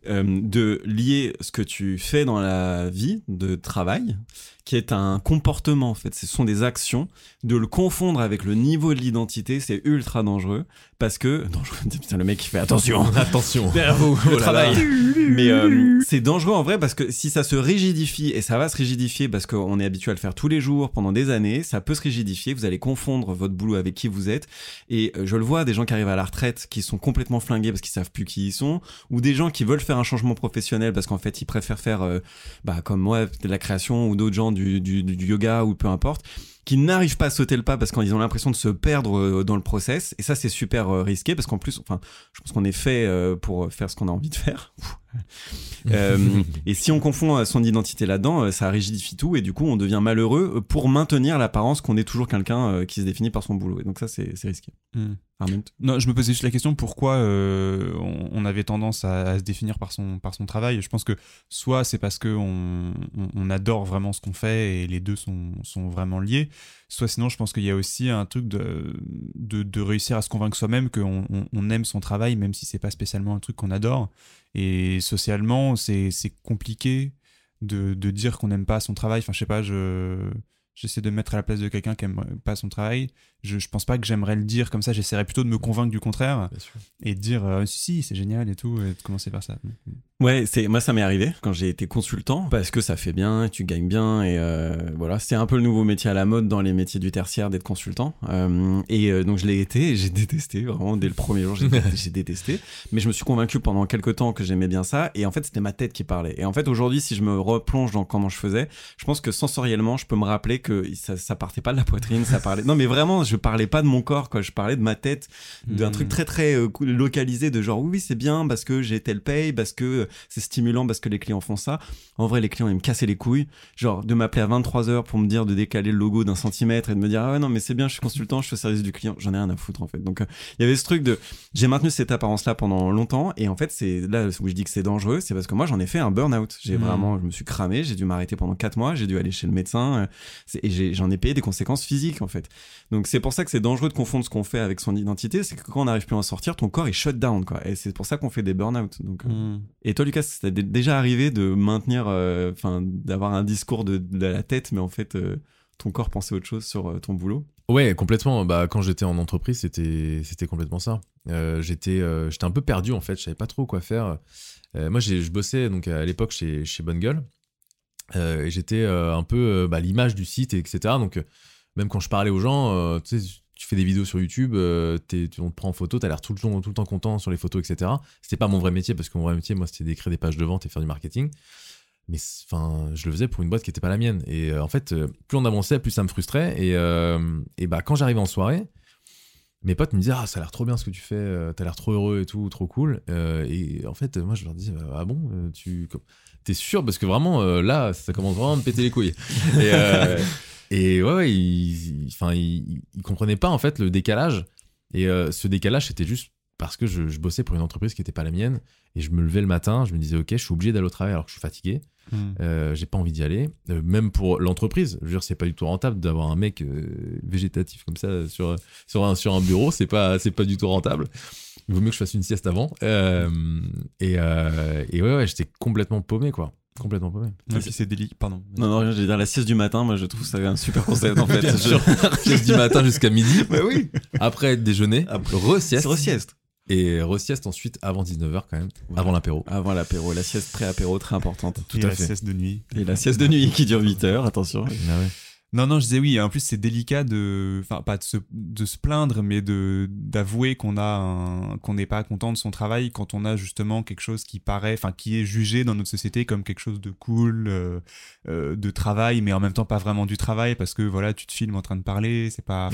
de lier ce que tu fais dans la vie de travail, qui est un comportement en fait, ce sont des actions, de le confondre avec le niveau de l'identité, c'est ultra dangereux, parce que putain, le mec qui fait attention vers vous au travail. Mais c'est dangereux en vrai, parce que si ça se rigidifie, et ça va se rigidifier parce qu'on est habitué à le faire tous les jours pendant des années, ça peut se rigidifier, vous allez confondre votre boulot avec qui vous êtes. Et je le vois, des gens qui arrivent à la retraite qui sont complètement flingués parce qu'ils savent plus qui ils sont, ou des gens qui veulent faire un changement professionnel parce qu'en fait ils préfèrent faire comme moi de la création, ou d'autres gens du yoga, ou peu importe, qui n'arrivent pas à sauter le pas parce qu'ils ont l'impression de se perdre dans le process. Et ça, c'est super risqué, parce qu'en plus, je pense qu'on est fait pour faire ce qu'on a envie de faire. Et si on confond son identité là-dedans, ça rigidifie tout, et du coup, on devient malheureux pour maintenir l'apparence qu'on est toujours quelqu'un qui se définit par son boulot. Et donc ça, c'est risqué.
Non, je me posais juste la question, pourquoi on avait tendance à se définir par son travail. Je pense que soit c'est parce qu'on adore vraiment ce qu'on fait et les deux sont vraiment liés, soit sinon je pense qu'il y a aussi un truc de réussir à se convaincre soi-même qu'on aime son travail, même si c'est pas spécialement un truc qu'on adore. Et socialement, c'est compliqué de dire qu'on n'aime pas son travail. Enfin, je sais pas, j'essaie de me mettre à la place de quelqu'un qui aime pas son travail. Je pense pas que j'aimerais le dire comme ça. J'essaierais plutôt de me convaincre du contraire et de dire si, c'est génial et tout, et de commencer par ça.
Ouais, moi ça m'est arrivé quand j'ai été consultant, parce que ça fait bien, tu gagnes bien, et voilà, c'est un peu le nouveau métier à la mode dans les métiers du tertiaire d'être consultant. Donc je l'ai été, et j'ai détesté vraiment dès le premier jour, j'ai détesté. Mais je me suis convaincu pendant quelques temps que j'aimais bien ça, et en fait c'était ma tête qui parlait. Et en fait aujourd'hui, si je me replonge dans comment je faisais, je pense que sensoriellement, je peux me rappeler que ça partait pas de la poitrine, ça parlait. Non mais vraiment, je parlais pas de mon corps, quoi. Je parlais de ma tête, d'un truc très très localisé, de genre oui c'est bien parce que j'ai telle paye, parce que c'est stimulant, parce que les clients font ça. En vrai, les clients ils me cassaient les couilles, genre de m'appeler à 23h pour me dire de décaler le logo d'un centimètre et de me dire ah ouais non mais c'est bien, je suis consultant, je suis au service du client, j'en ai rien à foutre en fait. Donc il y avait ce truc de j'ai maintenu cette apparence là pendant longtemps, et en fait c'est là où je dis que c'est dangereux, c'est parce que moi j'en ai fait un burn-out. Je me suis cramé, j'ai dû m'arrêter pendant 4 mois, j'ai dû aller chez le médecin, et j'en ai payé des conséquences physiques en fait. Donc c'est pour ça que c'est dangereux de confondre ce qu'on fait avec son identité, c'est que quand on n'arrive plus à en sortir, ton corps il shut down quoi, et c'est pour ça qu'on fait des burn-out. Donc et toi Lucas, ça t'est déjà arrivé de maintenir d'avoir un discours de la tête, mais en fait ton corps pensait autre chose sur ton boulot?
Ouais, complètement. Bah, quand j'étais en entreprise, c'était complètement ça. J'étais un peu perdu en fait, je savais pas trop quoi faire. Moi, je bossais donc à l'époque chez Bonne Gueule. Et j'étais un peu l'image du site, etc. Donc, même quand je parlais aux gens, tu sais, tu fais des vidéos sur YouTube, on te prend en photo, t'as l'air tout le temps content sur les photos, etc. C'était pas mon vrai métier, parce que mon vrai métier, moi, c'était d'écrire des pages de vente et faire du marketing. Mais je le faisais pour une boîte qui était pas la mienne. Et en fait, plus on avançait, plus ça me frustrait. Et quand j'arrivais en soirée, mes potes me disaient « Ah, ça a l'air trop bien ce que tu fais, t'as l'air trop heureux et tout, trop cool. » Et en fait, moi, je leur disais « Ah bon, t'es sûr ?» Parce que vraiment, là, ça commence vraiment à me péter les couilles. Et ouais, ils comprenaient pas, en fait, le décalage. Et ce décalage, c'était juste parce que je bossais pour une entreprise qui était pas la mienne. Et je me levais le matin, je me disais « Ok, je suis obligé d'aller au travail alors que je suis fatigué. » J'ai pas envie d'y aller, même pour l'entreprise. Je veux dire, c'est pas du tout rentable d'avoir un mec végétatif comme ça sur un bureau, c'est pas du tout rentable. Il vaut mieux que je fasse une sieste avant. Et ouais, j'étais complètement paumé, quoi. Complètement paumé.
Et puis c'est délicat, pardon.
Non, je vais dire la sieste du matin, moi je trouve ça un super concept en fait.
Sieste du matin jusqu'à midi.
Bah oui.
Après déjeuner, re-sieste.
C'est re-sieste.
Et re-sieste ensuite avant 19h quand même, voilà. Avant l'apéro.
Avant l'apéro, la sieste pré-apéro très importante.
Tout à fait. La sieste de nuit.
Et la sieste de nuit qui dure 8 heures, attention.
Ah ouais.
Non, je disais oui, en plus c'est délicat pas de se plaindre, mais d'avouer qu'on n'est pas content de son travail quand on a justement quelque chose qui est jugé dans notre société comme quelque chose de cool, de travail, mais en même temps pas vraiment du travail, parce que voilà, tu te filmes en train de parler, c'est pas,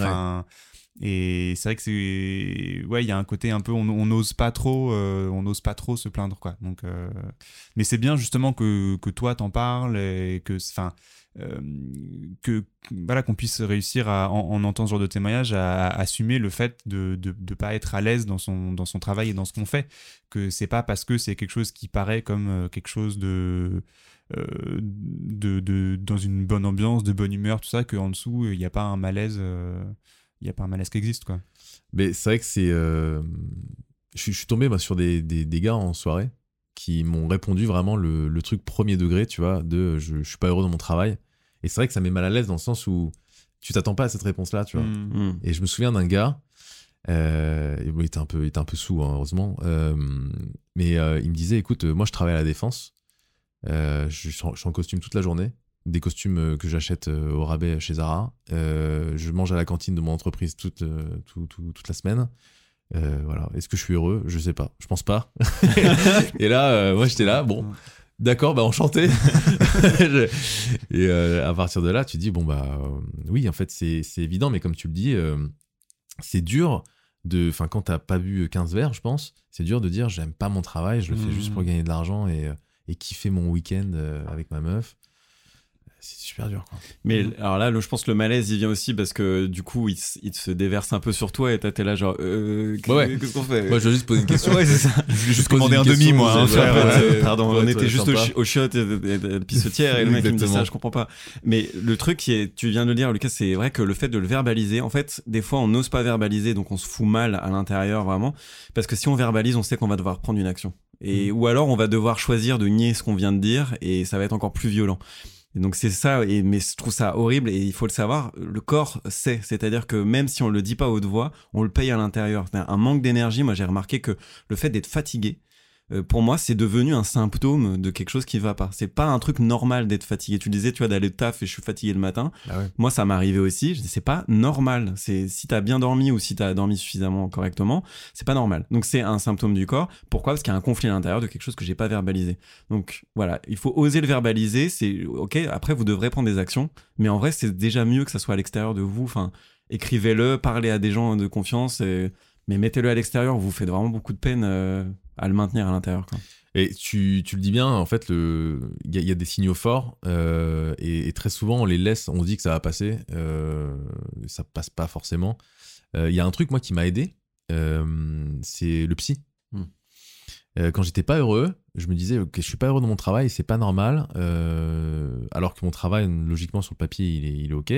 et c'est vrai que il y a un côté un peu, on n'ose pas trop se plaindre, quoi. Donc, mais c'est bien justement que toi t'en parles et qu'on puisse réussir en entendant ce genre de témoignage à assumer le fait de pas être à l'aise dans son travail et dans ce qu'on fait, que c'est pas parce que c'est quelque chose qui paraît comme quelque chose de dans une bonne ambiance, de bonne humeur, tout ça, qu'en dessous il n'y a pas un malaise qui existe, quoi.
Mais c'est vrai que je suis tombé sur des gars en soirée qui m'ont répondu vraiment le truc premier degré, tu vois, de je suis pas heureux dans mon travail. Et c'est vrai que ça met mal à l'aise dans le sens où tu t'attends pas à cette réponse-là, tu vois. Et je me souviens d'un gars, il était un peu sous, hein, heureusement, mais il me disait, écoute, moi je travaille à la Défense, je suis en costume toute la journée, des costumes que j'achète au rabais chez Zara, je mange à la cantine de mon entreprise toute la semaine. Voilà. Est-ce que je suis heureux ? Je sais pas, je pense pas. Et là, moi j'étais là, bon, d'accord, enchanté. Et à partir de là, tu dis, oui, en fait, c'est évident, mais comme tu le dis, c'est dur quand t'as pas bu 15 verres, je pense, c'est dur de dire, j'aime pas mon travail, je le fais juste pour gagner de l'argent et kiffer mon week-end avec ma meuf. C'est super dur, quoi.
Mais alors là, je pense que le malaise il vient aussi parce que du coup il se déverse un peu sur toi et t'es là genre qu'est-ce qu'on fait?
Moi je veux juste poser une question.
Ouais, c'est ça.
Je voulais juste commander un demi, moi.
Pardon, on était juste au shot et la pissotière et le mec il me dit ça, je comprends pas. Mais le truc tu viens de le dire, Lucas, c'est vrai que le fait de le verbaliser, en fait, des fois on n'ose pas verbaliser, donc on se fout mal à l'intérieur vraiment, parce que si on verbalise, on sait qu'on va devoir prendre une action. Ou alors on va devoir choisir de nier ce qu'on vient de dire et ça va être encore plus violent. Et donc c'est ça, mais je trouve ça horrible et il faut le savoir, le corps sait, c'est-à-dire que même si on le dit pas à haute voix, on le paye à l'intérieur. Un manque d'énergie, moi j'ai remarqué que le fait d'être fatigué, pour moi c'est devenu un symptôme de quelque chose qui va pas. C'est pas un truc normal d'être fatigué. Tu disais, tu vois, d'aller au taf et je suis fatigué le matin. Ah ouais. Moi ça m'est arrivé aussi, je dis c'est pas normal. C'est si t'as bien dormi ou si t'as dormi suffisamment correctement, c'est pas normal. Donc c'est un symptôme du corps. Pourquoi ? Parce qu'il y a un conflit à l'intérieur de quelque chose que j'ai pas verbalisé. Donc voilà, il faut oser le verbaliser, c'est ok, après vous devrez prendre des actions, mais en vrai c'est déjà mieux que ça soit à l'extérieur de vous. Enfin, écrivez-le, parlez à des gens de confiance, mais mettez-le à l'extérieur, vous faites vraiment beaucoup de peine à le maintenir à l'intérieur, quoi.
Et tu le dis bien, en fait, il y a des signaux forts et très souvent on les laisse, on se dit que ça va passer, ça passe pas forcément. Il y a un truc moi qui m'a aidé, c'est le psy. Quand j'étais pas heureux, je me disais ok, je suis pas heureux dans mon travail, c'est pas normal, alors que mon travail logiquement sur le papier il est ok.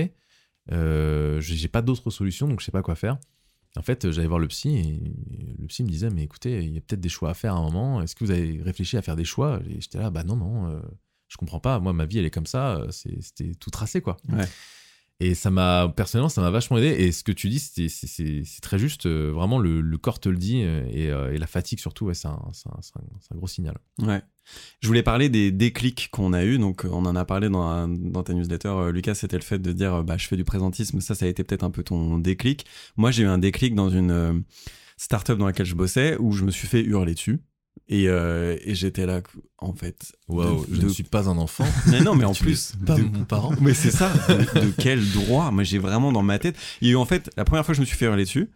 J'ai pas d'autres solutions, donc je sais pas quoi faire. En fait, j'allais voir le psy et le psy me disait mais écoutez, il y a peut-être des choix à faire à un moment. Est-ce que vous avez réfléchi à faire des choix? Et j'étais là non, je comprends pas. Moi ma vie elle est comme ça, c'était tout tracé quoi.
Ouais.
Et personnellement, ça m'a vachement aidé. Et ce que tu dis, c'est très juste. Vraiment, le corps te le dit. Et la fatigue, surtout, ouais, c'est un gros signal.
Ouais. Je voulais parler des déclics qu'on a eu. Donc, on en a parlé dans ta newsletter, Lucas. C'était le fait de dire, je fais du présentisme. Ça a été peut-être un peu ton déclic. Moi, j'ai eu un déclic dans une start-up dans laquelle je bossais où je me suis fait hurler dessus. Et j'étais là, en fait.
Waouh, je ne suis pas un enfant.
Mais non, mais en plus.
Pas mon parent.
Mais c'est ça. De quel droit? Moi, j'ai vraiment dans ma tête. Il y a eu, en fait, la première fois que je me suis fait hurler dessus,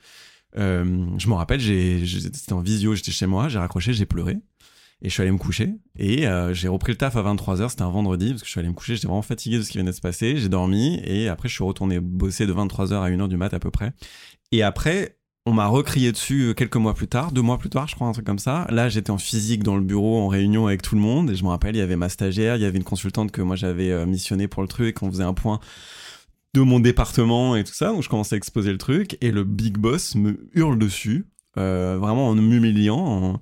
je me rappelle, c'était en visio, j'étais chez moi, j'ai raccroché, j'ai pleuré. Et je suis allé me coucher. Et j'ai repris le taf à 23h, c'était un vendredi, parce que je suis allé me coucher, j'étais vraiment fatigué de ce qui venait de se passer. J'ai dormi, et après, je suis retourné bosser de 23h à 1h du mat à peu près. Et après, on m'a recrié dessus quelques mois plus tard, 2 mois plus tard, je crois, un truc comme ça. Là, j'étais en physique dans le bureau, en réunion avec tout le monde. Et je me rappelle, il y avait ma stagiaire, il y avait une consultante que moi j'avais missionnée pour le truc. On faisait un point de mon département et tout ça. Donc je commençais à exposer le truc. Et le big boss me hurle dessus, vraiment en m'humiliant.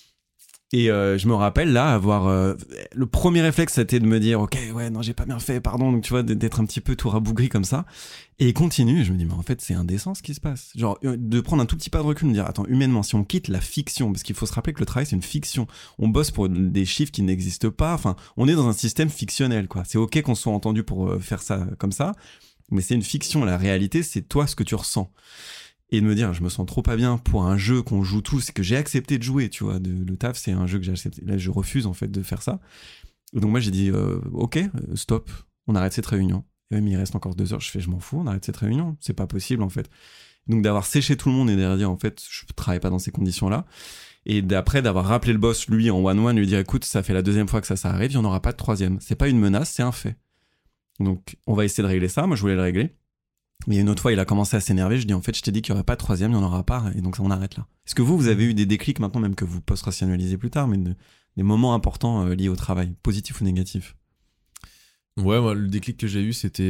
Et je me rappelle là avoir le premier réflexe c'était de me dire ok ouais non j'ai pas bien fait pardon, donc tu vois d'être un petit peu tout rabougri comme ça, et il continue et je me dis mais en fait c'est indécent ce qui se passe, genre de prendre un tout petit pas de recul, me dire attends, humainement si on quitte la fiction, parce qu'il faut se rappeler que le travail c'est une fiction, on bosse pour des chiffres qui n'existent pas, enfin on est dans un système fictionnel quoi, c'est ok qu'on soit entendu pour faire ça comme ça, mais c'est une fiction, la réalité c'est toi ce que tu ressens. Et de me dire, je me sens trop pas bien pour un jeu qu'on joue tous, que j'ai accepté de jouer, tu vois. Le taf, c'est un jeu que j'ai accepté. Là, je refuse, en fait, de faire ça. Et donc, moi, j'ai dit, ok, stop, on arrête cette réunion. Et mais il reste encore 2 heures. Je m'en fous, on arrête cette réunion. C'est pas possible, en fait. Donc, d'avoir séché tout le monde et de dire, en fait, je travaille pas dans ces conditions-là. Et d'après, d'avoir rappelé le boss, lui, en one-one, lui dire, écoute, ça fait la 2e fois que ça arrive, il y en aura pas de 3e. C'est pas une menace, c'est un fait. Donc, on va essayer de régler ça. Moi, je voulais le régler. Mais une autre fois, il a commencé à s'énerver. Je dis, en fait, je t'ai dit qu'il n'y aurait pas de 3e, il n'y en aura pas. Et donc, on arrête là. Est-ce que vous avez eu des déclics maintenant, même que vous post-rationalisez plus tard, mais des moments importants liés au travail, positifs ou négatifs?
Ouais, moi, le déclic que j'ai eu, c'était...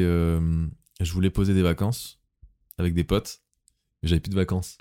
je voulais poser des vacances avec des potes. Mais j'avais plus de vacances.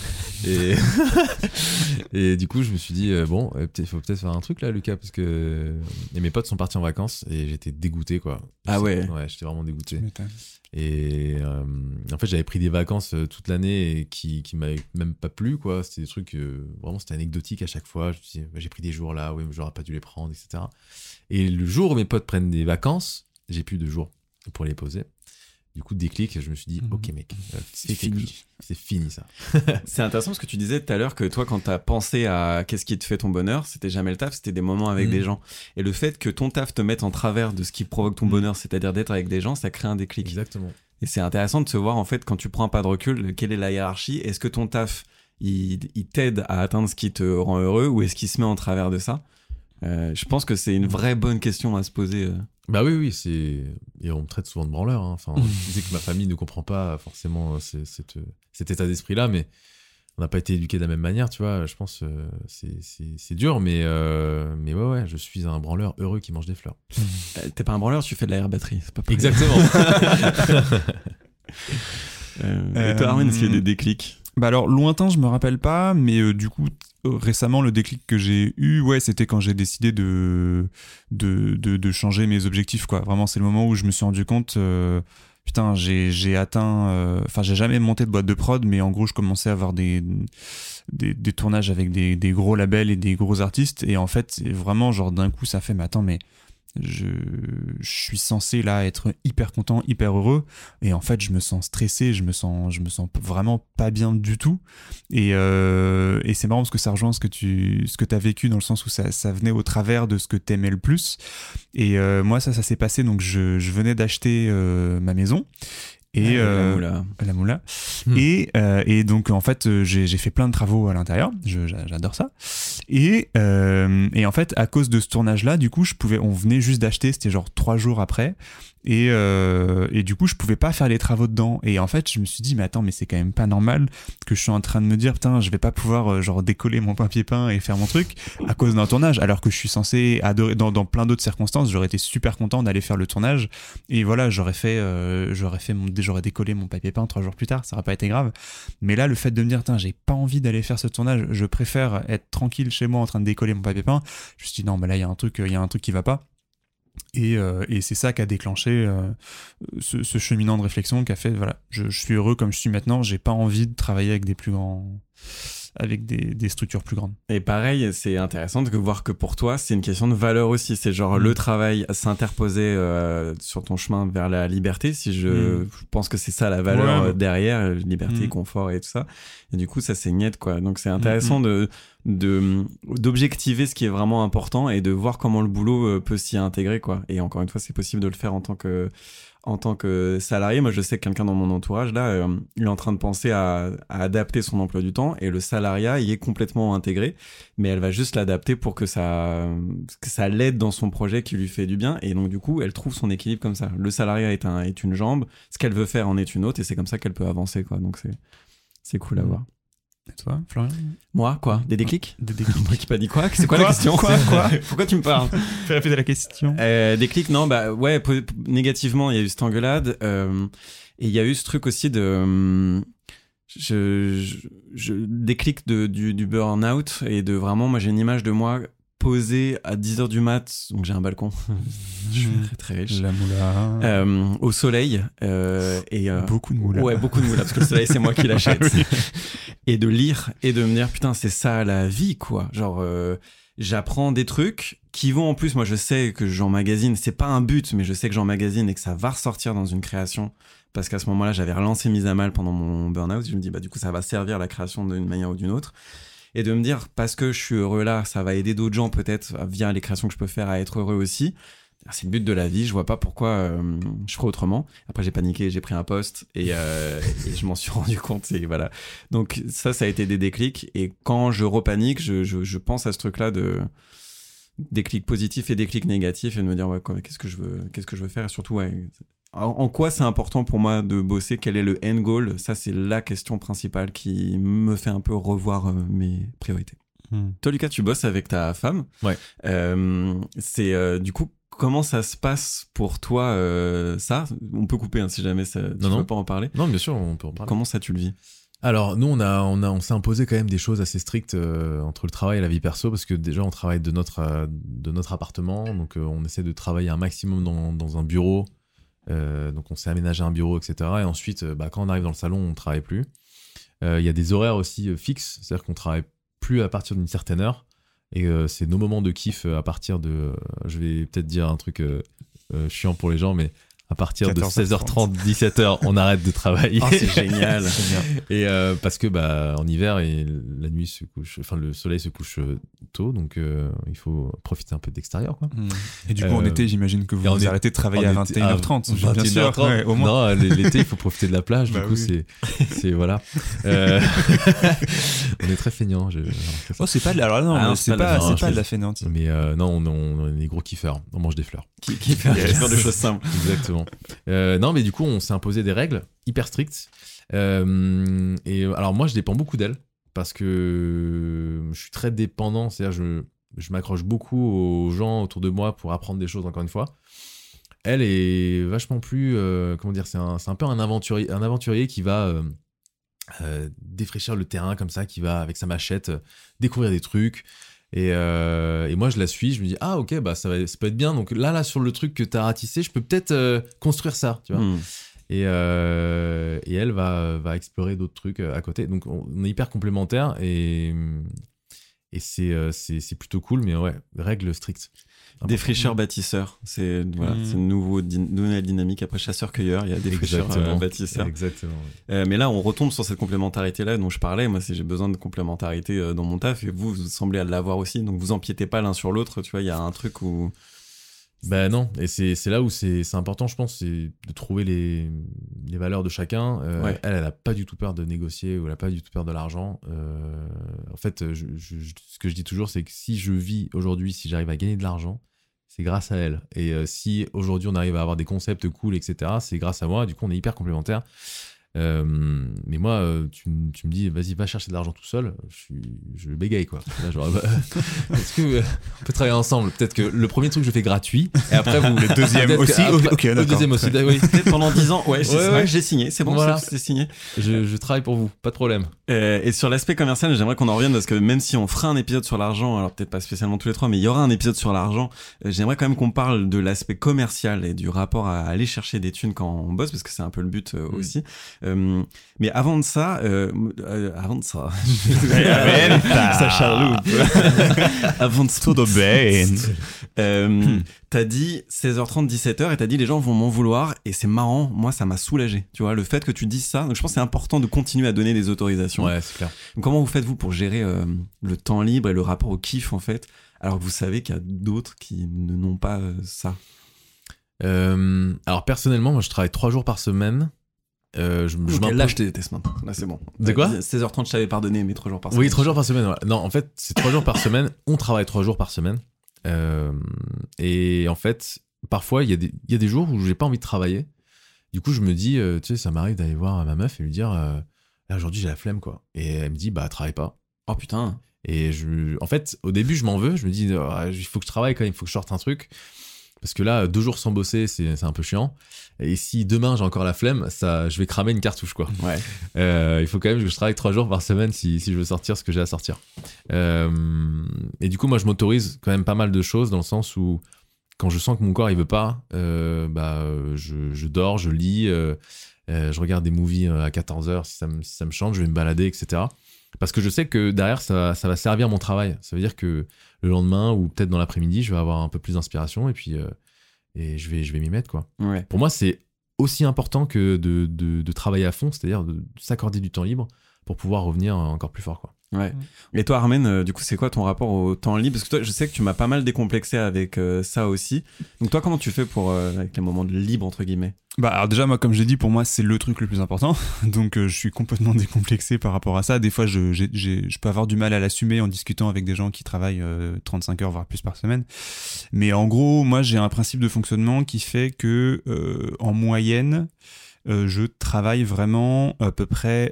Et du coup, je me suis dit, bon, il faut peut-être faire un truc là, Lucas, parce que et mes potes sont partis en vacances et j'étais dégoûté, quoi.
Ah ouais?
Ouais, j'étais vraiment dégoûté. Et en fait, j'avais pris des vacances toute l'année et qui m'avaient même pas plu, quoi. C'était des trucs, vraiment, c'était anecdotique à chaque fois. Je me disais, j'ai pris des jours là, oui, mais j'aurais pas dû les prendre, etc. Et le jour où mes potes prennent des vacances, j'ai plus de jours pour les poser. Du coup, déclic, je me suis dit, ok mec, c'est fini. C'est fini ça.
C'est intéressant parce que tu disais tout à l'heure que toi, quand t'as pensé à qu'est-ce qui te fait ton bonheur, c'était jamais le taf, c'était des moments avec des gens. Et le fait que ton taf te mette en travers de ce qui provoque ton bonheur, c'est-à-dire d'être avec des gens, ça crée un déclic.
Exactement.
Et c'est intéressant de se voir, en fait, quand tu prends un pas de recul, quelle est la hiérarchie? Est-ce que ton taf, il t'aide à atteindre ce qui te rend heureux, ou est-ce qu'il se met en travers de ça? Je pense que c'est une vraie bonne question à se poser.
Bah oui, et on me traite souvent de branleur. Hein. Enfin, je disais que ma famille ne comprend pas forcément cet état d'esprit-là, mais on n'a pas été éduqués de la même manière, tu vois. Je pense c'est dur, mais ouais, je suis un branleur heureux qui mange des fleurs.
T'es pas un branleur, tu fais de la batterie, c'est pas possible.
Exactement.
Et toi, Armin, est-ce qu'il y a des déclics?
Bah alors, lointain, je me rappelle pas, mais du coup, récemment, le déclic que j'ai eu, ouais, c'était quand j'ai décidé de changer mes objectifs, quoi. Vraiment, c'est le moment où je me suis rendu compte, putain, j'ai atteint, enfin, j'ai jamais monté de boîte de prod, mais en gros, je commençais à avoir des tournages avec des gros labels et des gros artistes, et en fait, c'est vraiment, genre, d'un coup, ça fait, mais attends, mais je suis censé là être hyper content, hyper heureux, et en fait je me sens stressé, je me sens vraiment pas bien du tout, et c'est marrant parce que ça rejoint ce que t'as vécu, dans le sens où ça venait au travers de ce que t'aimais le plus, et moi ça s'est passé, donc je venais d'acheter ma maison. Et la moula. Et donc en fait j'ai fait plein de travaux à l'intérieur, j'adore ça, et en fait à cause de ce tournage là, du coup on venait juste d'acheter, c'était genre 3 jours après, Et du coup, je pouvais pas faire les travaux dedans. Et en fait, je me suis dit, mais attends, mais c'est quand même pas normal que je suis en train de me dire, putain, je vais pas pouvoir genre décoller mon papier peint et faire mon truc à cause d'un tournage, alors que je suis censé adorer. Dans plein d'autres circonstances, j'aurais été super content d'aller faire le tournage. Et voilà, j'aurais décollé mon papier peint 3 jours plus tard, ça aurait pas été grave. Mais là, le fait de me dire, putain, j'ai pas envie d'aller faire ce tournage, je préfère être tranquille chez moi en train de décoller mon papier peint. Je me suis dit, non, mais là, il y a un truc qui va pas. Et c'est ça qui a déclenché ce cheminement de réflexion qui a fait, voilà, je suis heureux comme je suis maintenant, j'ai pas envie de travailler avec des structures plus grandes.
Et pareil, c'est intéressant de voir que pour toi, c'est une question de valeur aussi. C'est genre le travail s'interposer sur ton chemin vers la liberté. Si je pense que c'est ça la valeur derrière, liberté, confort et tout ça. Et du coup, ça c'est net, quoi. Donc c'est intéressant d'objectiver ce qui est vraiment important et de voir comment le boulot peut s'y intégrer, quoi. Et encore une fois, c'est possible de le faire en tant que salarié. Moi, je sais que quelqu'un dans mon entourage, là, il est en train de penser à adapter son emploi du temps et le salariat y est complètement intégré, mais elle va juste l'adapter pour que ça l'aide dans son projet qui lui fait du bien. Et donc, du coup, elle trouve son équilibre comme ça. Le salariat est une jambe, ce qu'elle veut faire en est une autre, et c'est comme ça qu'elle peut avancer, quoi. Donc, c'est cool à voir.
Et toi, Florian ?
Moi, quoi ? Des déclics ?
Des déclics.
Moi qui pas dit quoi ? C'est quoi la question ?
Quoi
Pourquoi tu me parles ?
Fais répéter la question.
Déclics, non, bah ouais, négativement, il y a eu cette engueulade. Et il y a eu ce truc aussi de... déclic du burn-out et de vraiment, moi j'ai une image de moi posé à 10h du mat, donc j'ai un balcon, je suis très très riche,
la moula,
au soleil,
beaucoup de moula.
Ouais, beaucoup de moula, parce que le soleil c'est moi qui l'achète.
Oui.
Et de lire et de me dire putain c'est ça la vie, quoi. Genre j'apprends des trucs qui vont en plus, moi je sais que j'emmagasine, c'est pas un but, mais je sais que j'emmagasine et que ça va ressortir dans une création, parce qu'à ce moment-là j'avais relancé Mise à Mal pendant mon burn-out. Je me dis bah du coup ça va servir à la création d'une manière ou d'une autre. Et de me dire, parce que je suis heureux là, ça va aider d'autres gens peut-être via les créations que je peux faire à être heureux aussi. C'est le but de la vie, je vois pas pourquoi je ferais autrement. Après j'ai paniqué, j'ai pris un poste et je m'en suis rendu compte, et voilà. Donc ça a été des déclics, et quand je repanique, je pense à ce truc-là de déclic positif et déclic négatif, et de me dire ouais, qu'est-ce que je veux faire, et surtout ouais, en quoi c'est important pour moi de bosser, quel est le end goal. Ça c'est la question principale qui me fait un peu revoir mes priorités. Toi Lucas, tu bosses avec ta femme.
Ouais.
C'est du coup comment ça se passe pour toi, ça on peut couper si jamais tu veux pas en parler.
Non, bien sûr, on peut en parler.
Comment ça tu le vis?
Alors nous on s'est imposé quand même des choses assez strictes entre le travail et la vie perso, parce que déjà on travaille de notre appartement, donc on essaie de travailler un maximum dans un bureau, donc on s'est aménagé un bureau, etc. Et ensuite quand on arrive dans le salon on travaille plus. Il y a des horaires aussi fixes, c'est-à-dire qu'on travaille plus à partir d'une certaine heure, et c'est nos moments de kiff à partir de je vais peut-être dire un truc chiant pour les gens, mais à partir de 16h30, 17h, on arrête de travailler.
Oh, c'est génial.
Et parce que en hiver, et la nuit se couche, enfin le soleil se couche tôt, donc il faut profiter un peu de l'extérieur, quoi.
Et du coup en été, j'imagine que vous arrêtez de travailler à 21h30.
Bien sûr, ouais, au moins. Non, l'été il faut profiter de la plage. Du coup
oui.
c'est voilà. On est très feignants.
C'est pas de la, alors non, c'est pas de la fainéantise.
Mais non, on est des gros kiffeurs. On mange des fleurs.
Kiffeurs de choses simples.
Exactement. Non, mais du coup, on s'est imposé des règles hyper strictes. Et alors, moi, je dépends beaucoup d'elle, parce que je suis très dépendant. C'est-à-dire, je m'accroche beaucoup aux gens autour de moi pour apprendre des choses, encore une fois. Elle est vachement plus... comment dire, c'est un peu un aventurier qui va défraîchir le terrain comme ça, qui va, avec sa machette, découvrir des trucs. Et moi je la suis, je me dis ok, ça peut être bien, donc là sur le truc que t'as ratissé, je peux peut-être construire ça, tu vois. Et elle va explorer d'autres trucs à côté, donc on est hyper complémentaires, et c'est plutôt cool. Mais ouais, règles strictes.
Défricheur bâtisseur, c'est une nouvelle dynamique. Après chasseur-cueilleur, il y a défricheur bâtisseur.
Exactement.
Mais là, on retombe sur cette complémentarité-là dont je parlais. Moi, j'ai besoin de complémentarité dans mon taf, et vous semblez l'avoir aussi. Donc, vous empiétez pas l'un sur l'autre. Tu vois, il y a un truc où...
non, et c'est là où c'est important, je pense, c'est de trouver les valeurs de chacun. Elle a pas du tout peur de négocier, ou elle a pas du tout peur de l'argent. En fait, ce que je dis toujours, c'est que si je vis aujourd'hui, si j'arrive à gagner de l'argent, c'est grâce à elle. Et si aujourd'hui on arrive à avoir des concepts cool, etc., c'est grâce à moi. Du coup, on est hyper complémentaires. Mais moi, tu me dis, vas-y, va chercher de l'argent tout seul. Je bégaye, quoi. Là, genre, est-ce que on peut travailler ensemble? Peut-être que le premier truc, je fais gratuit. Et après, vous.
Le deuxième aussi. Ok,
le deuxième aussi. Oui.
Peut-être pendant 10 ans. Ouais, j'ai signé. C'est bon,
Voilà.
c'est signé.
Je travaille pour vous. Pas de problème.
Et sur l'aspect commercial, j'aimerais qu'on en revienne parce que même si on fera un épisode sur l'argent, alors peut-être pas spécialement tous les trois, mais il y aura un épisode sur l'argent, j'aimerais quand même qu'on parle de l'aspect commercial et du rapport à aller chercher des thunes quand on bosse parce que c'est un peu le but aussi. Mais avant de ça,
Ça chaloupe.
avant de
Tout de bien.
t'as dit 16h30, 17h et t'as dit les gens vont m'en vouloir et c'est marrant, moi ça m'a soulagé, tu vois, le fait que tu dises ça. Donc je pense que c'est important de continuer à donner des autorisations.
Ouais, c'est clair.
Donc, comment vous faites vous pour gérer le temps libre et le rapport au kiff en fait, alors que vous savez qu'il y a d'autres qui n'ont pas ça?
Alors personnellement, moi je travaille 3 jours par semaine.
Là je te déteste maintenant. Là c'est bon.
De quoi?
16h30 je t'avais pardonné, mais 3 jours par semaine.
Oui, 3 jours par semaine. Ouais. Non, en fait, c'est 3 jours par semaine. On travaille 3 jours par semaine. Et en fait, parfois, il y a des jours où j'ai pas envie de travailler. Du coup, je me dis, tu sais, ça m'arrive d'aller voir ma meuf et lui dire, là, aujourd'hui, j'ai la flemme, quoi. Et elle me dit, bah, travaille pas.
Oh putain.
Et en fait, au début, je m'en veux. Je me dis, il faut que je travaille quand même, il faut que je sorte un truc. Parce que là, 2 jours sans bosser, c'est un peu chiant. Et si demain j'ai encore la flemme, je vais cramer une cartouche, quoi.
Ouais.
Il faut quand même que je travaille 3 jours par semaine si je veux sortir ce que j'ai à sortir. Et du coup, moi, je m'autorise quand même pas mal de choses dans le sens où quand je sens que mon corps il veut pas, je dors, je lis, je regarde des movies à 14h si ça me chante, je vais me balader, etc. Parce que je sais que derrière, ça va servir mon travail. Ça veut dire que le lendemain ou peut-être dans l'après-midi, je vais avoir un peu plus d'inspiration et puis je vais m'y mettre, quoi.
Ouais.
Pour moi, c'est aussi important que de travailler à fond, c'est-à-dire de s'accorder du temps libre pour pouvoir revenir encore plus fort, quoi.
Ouais. Et toi, Armen, du coup, c'est quoi ton rapport au temps libre? Parce que toi, je sais que tu m'as pas mal décomplexé avec ça aussi. Donc toi, comment tu fais pour avec les moments de libre entre guillemets?
Bah alors déjà moi comme je l'ai dit, pour moi c'est le truc le plus important, donc je suis complètement décomplexé par rapport à ça. Des fois je peux avoir du mal à l'assumer en discutant avec des gens qui travaillent 35 heures voire plus par semaine, mais en gros moi j'ai un principe de fonctionnement qui fait que en moyenne je travaille vraiment à peu près,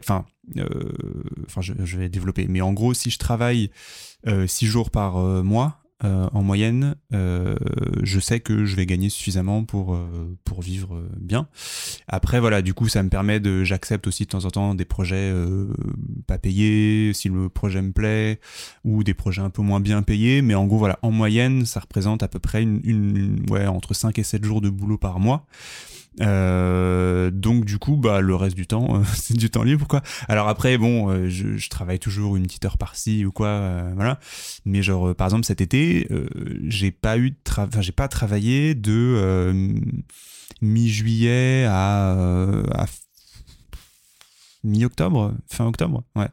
je vais développer, mais en gros si je travaille 6 jours par mois, en moyenne, je sais que je vais gagner suffisamment pour vivre bien. Après, voilà, du coup, ça me permet j'accepte aussi de temps en temps des projets pas payés, si le projet me plaît, ou des projets un peu moins bien payés. Mais en gros, voilà, en moyenne, ça représente à peu près entre 5 et 7 jours de boulot par mois. Donc du coup le reste du temps c'est du temps libre, quoi. Alors après je travaille toujours une petite heure par-ci ou quoi, voilà, mais genre par exemple cet été j'ai pas travaillé de mi-juillet à mi-octobre, fin octobre, ouais.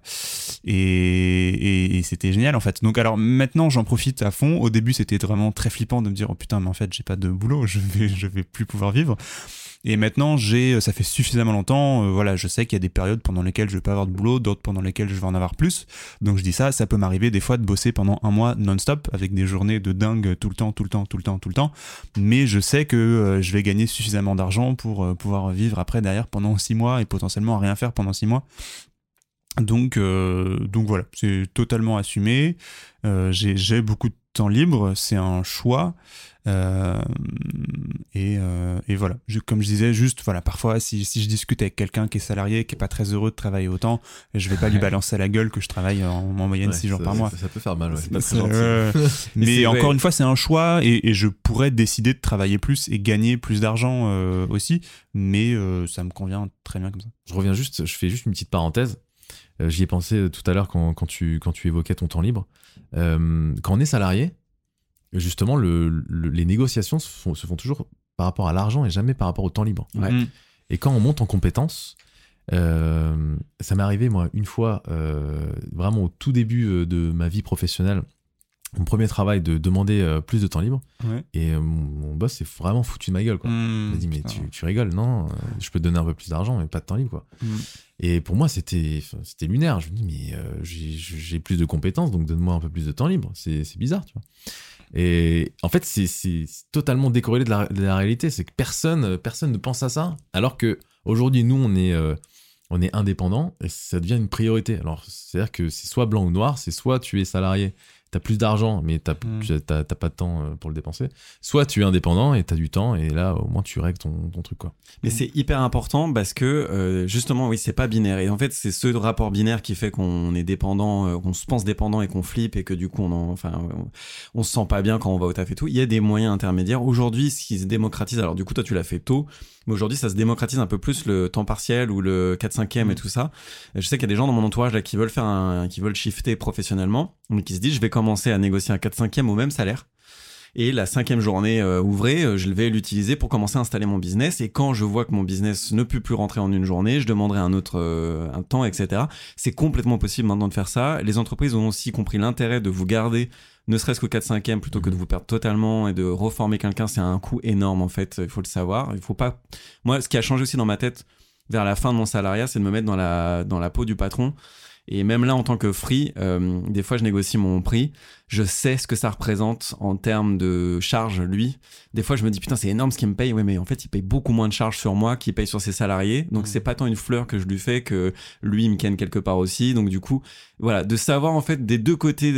Et c'était génial en fait. Donc alors maintenant j'en profite à fond. Au début c'était vraiment très flippant de me dire oh putain mais en fait j'ai pas de boulot, je vais plus pouvoir vivre. Et maintenant ça fait suffisamment longtemps, voilà, je sais qu'il y a des périodes pendant lesquelles je vais pas avoir de boulot, d'autres pendant lesquelles je vais en avoir plus. Donc je dis ça peut m'arriver des fois de bosser pendant un mois non-stop avec des journées de dingue tout le temps. Mais je sais que je vais gagner suffisamment d'argent pour pouvoir vivre après derrière pendant 6 mois et potentiellement rien faire pendant 6 mois. Donc voilà, c'est totalement assumé. J'ai beaucoup de temps libre, c'est un choix. Et voilà, comme je disais, juste voilà, parfois si je discute avec quelqu'un qui est salarié, qui est pas très heureux de travailler autant, je vais pas lui balancer à la gueule que je travaille en moyenne 6 jours par mois.
Ça peut faire mal, ouais.
C'est pas très gentil.
Mais encore une fois, c'est un choix et je pourrais décider de travailler plus et gagner plus d'argent aussi, mais ça me convient très bien comme ça.
Je fais juste une petite parenthèse. J'y ai pensé tout à l'heure quand tu évoquais ton temps libre. Quand on est salarié, justement, les négociations se font toujours par rapport à l'argent et jamais par rapport au temps libre.
Ouais.
Et quand on monte en compétences, ça m'est arrivé, moi, une fois, vraiment au tout début de ma vie professionnelle, mon premier travail de demander plus de temps libre.
Ouais.
Et mon boss s'est vraiment foutu de ma gueule, quoi. Il m'a dit, mais tu rigoles, non, je peux te donner un peu plus d'argent, mais pas de temps libre, quoi. Et pour moi, c'était lunaire. Je me dis, mais j'ai plus de compétences, donc donne-moi un peu plus de temps libre. C'est bizarre, tu vois. Et en fait, c'est totalement décorrélé de la réalité. C'est que personne ne pense à ça, alors que aujourd'hui, nous, on est indépendant et ça devient une priorité. Alors, c'est-à-dire que c'est soit blanc ou noir, c'est soit tu es salarié, t'as plus d'argent, mais t'as pas de temps pour le dépenser. Soit tu es indépendant et t'as du temps, et là, au moins, tu règles ton truc, quoi.
Mais c'est hyper important parce que, justement, oui, c'est pas binaire. Et en fait, c'est ce rapport binaire qui fait qu'on est dépendant, qu'on se pense dépendant et qu'on flippe et que du coup, on se sent pas bien quand on va au taf et tout. Il y a des moyens intermédiaires. Aujourd'hui, ce qui se démocratise, alors du coup, toi, tu l'as fait tôt, mais aujourd'hui, ça se démocratise un peu plus le temps partiel ou le 4/5e et tout ça. Je sais qu'il y a des gens dans mon entourage là qui veulent shifter professionnellement, mais qui se disent, je vais commencer à négocier un 4/5e au même salaire. Et la 5e journée ouvrée, je vais l'utiliser pour commencer à installer mon business. Et quand je vois que mon business ne peut plus rentrer en une journée, je demanderai un temps, etc. C'est complètement possible maintenant de faire ça. Les entreprises ont aussi compris l'intérêt de vous garder ne serait-ce qu'au 4/5e plutôt que de vous perdre totalement et de reformer quelqu'un. C'est un coût énorme, en fait. Il faut le savoir. Il faut pas... Moi, ce qui a changé aussi dans ma tête vers la fin de mon salariat, c'est de me mettre dans la peau du patron. Et même là, en tant que free, des fois, je négocie mon prix. Je sais ce que ça représente en termes de charges, lui. Des fois, je me dis, putain, c'est énorme ce qu'il me paye. Ouais, mais en fait, il paye beaucoup moins de charges sur moi qu'il paye sur ses salariés. Donc, c'est pas tant une fleur que je lui fais que lui, il me ken quelque part aussi. Donc, du coup, voilà, de savoir, en fait, des deux côtés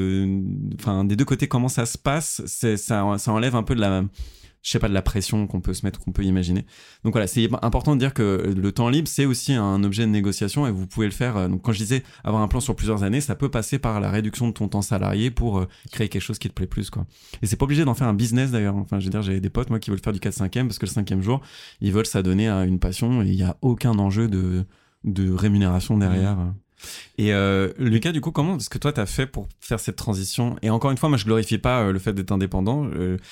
comment ça se passe, ça enlève un peu de la pression qu'on peut se mettre, qu'on peut imaginer. Donc voilà, c'est important de dire que le temps libre, c'est aussi un objet de négociation et vous pouvez le faire. Donc quand je disais avoir un plan sur plusieurs années, ça peut passer par la réduction de ton temps salarié pour créer quelque chose qui te plaît plus, quoi. Et c'est pas obligé d'en faire un business d'ailleurs. Enfin, je veux dire, j'ai des potes, moi, qui veulent faire du 4/5e parce que le 5e jour, ils veulent s'adonner à une passion et il y a aucun enjeu de rémunération derrière. Et Lucas, du coup, comment est-ce que toi t'as fait pour faire cette transition? Et encore une fois, moi je glorifie pas le fait d'être indépendant,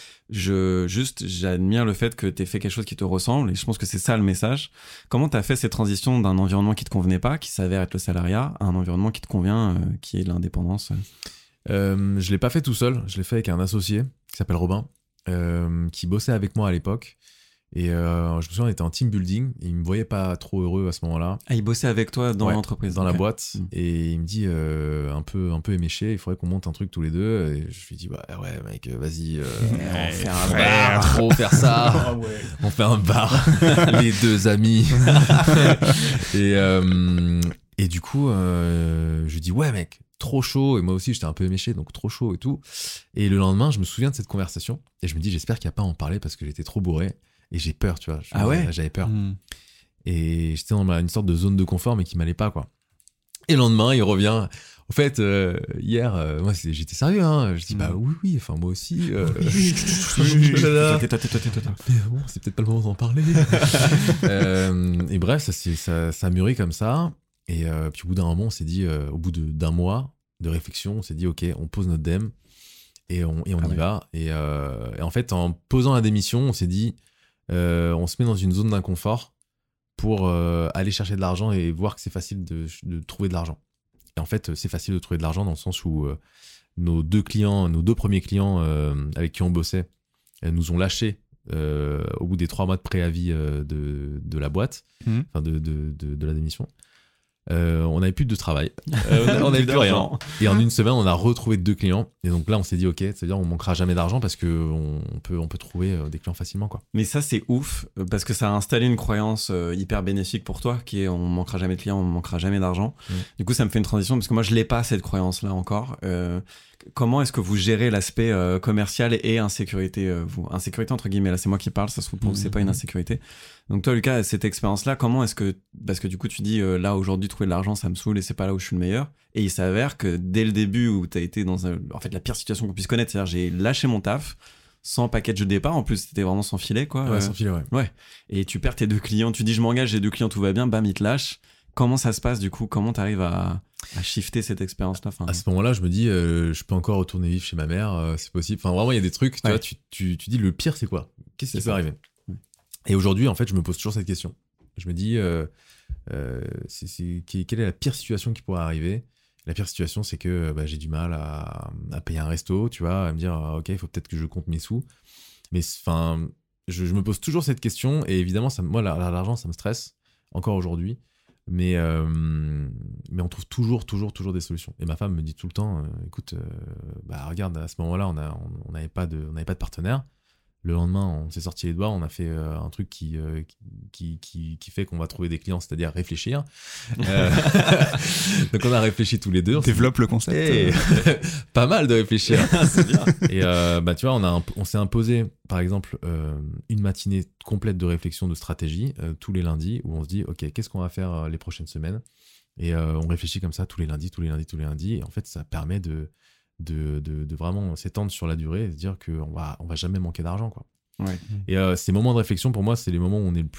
j'admire le fait que t'aies fait quelque chose qui te ressemble et je pense que c'est ça le message. Comment t'as fait cette transition d'un environnement qui te convenait pas, qui s'avère être le salariat, à un environnement qui te convient, qui est l'indépendance?
Je l'ai pas fait tout seul, je l'ai fait avec un associé qui s'appelle Robin, qui bossait avec moi à l'époque. Et je me souviens, on était en team building et il me voyait pas trop heureux à ce moment-là.
Ah, il bossait avec toi dans l'entreprise?
Dans la boîte. Et il me dit un peu éméché, il faudrait qu'on monte un truc tous les deux. Et je lui dis, bah ouais mec, vas-y, on fait un bar, trop faire ça. On fait un bar, les deux amis. Et du coup, je lui dis, ouais mec, trop chaud. Et moi aussi, j'étais un peu éméché, donc trop chaud et tout. Et le lendemain, je me souviens de cette conversation et je me dis, j'espère qu'il n'y a pas à en parler parce que j'étais trop bourré. Et j'ai peur, tu vois. J'avais peur. Et j'étais dans une sorte de zone de confort, mais qui m'allait pas, quoi. Et le lendemain, il revient. Au fait, hier, moi, j'étais sérieux, hein. Je dis, bah oui, enfin, moi aussi.
Tais-toi.
Mais bon, c'est peut-être pas le moment d'en parler. Et bref, ça mûrit comme ça. Et puis au bout d'un moment, on s'est dit, au bout d'un mois de réflexion, on s'est dit, ok, on pose notre dème et on y va. Et en fait, en posant la démission, on s'est dit, on se met dans une zone d'inconfort pour aller chercher de l'argent et voir que c'est facile de trouver de l'argent. Et en fait, c'est facile de trouver de l'argent dans le sens où nos deux premiers clients avec qui on bossait nous ont lâchés au bout des 3 mois de préavis de la boîte, enfin de la démission. On n'avait plus de travail, on n'avait plus rien. Et en une semaine, on a retrouvé 2 clients. Et donc là, on s'est dit, ok, c'est-à-dire on manquera jamais d'argent parce qu'on peut trouver des clients facilement, quoi.
Mais ça, c'est ouf parce que ça a installé une croyance hyper bénéfique pour toi qui est on manquera jamais de clients, on manquera jamais d'argent. Du coup, ça me fait une transition parce que moi, je l'ai pas cette croyance-là encore. Comment est-ce que vous gérez l'aspect commercial et insécurité, vous? Insécurité entre guillemets, là c'est moi qui parle, ça se trouve pour vous c'est pas une insécurité. Donc toi Lucas, cette expérience-là, comment est-ce que, parce que du coup tu dis là aujourd'hui trouver de l'argent ça me saoule et c'est pas là où je suis le meilleur, et il s'avère que dès le début où t'as été dans en fait la pire situation qu'on puisse connaître, c'est-à-dire j'ai lâché mon taf, sans package de départ, en plus c'était vraiment sans filet, quoi.
Ouais, sans filet, ouais.
Et tu perds tes 2 clients, tu dis je m'engage, j'ai 2 clients, tout va bien, bam, ils te lâchent. Comment ça se passe du coup? Comment t'arrives à shifter cette expérience-là?
À ce moment-là, je me dis, je peux encore retourner vivre chez ma mère, c'est possible. Enfin, vraiment, il y a des trucs, tu vois, tu dis, le pire, c'est quoi? Qu'est-ce qui peut arriver? Et aujourd'hui, en fait, je me pose toujours cette question. Je me dis, quelle est la pire situation qui pourrait arriver? La pire situation, c'est que j'ai du mal à payer un resto, tu vois, à me dire, ok, il faut peut-être que je compte mes sous. Mais enfin, je me pose toujours cette question, et évidemment, moi, l'argent, ça me stresse, encore aujourd'hui. Mais on trouve toujours des solutions. Et ma femme me dit tout le temps, écoute, regarde, à ce moment-là, on n'avait pas de partenaire. Le lendemain, on s'est sorti les doigts, on a fait un truc qui fait qu'on va trouver des clients, c'est-à-dire réfléchir. Donc on a réfléchi tous les deux.
Développe le concept.
Pas mal de réfléchir. C'est bien. Et tu vois, on s'est imposé, par exemple, une matinée complète de réflexion de stratégie tous les lundis, où on se dit, ok, qu'est-ce qu'on va faire les prochaines semaines ? Et on réfléchit comme ça tous les lundis. Et en fait, ça permet de vraiment s'étendre sur la durée et se dire qu'on va jamais manquer d'argent, quoi.
Ouais.
Et ces moments de réflexion, pour moi, c'est les moments où on est le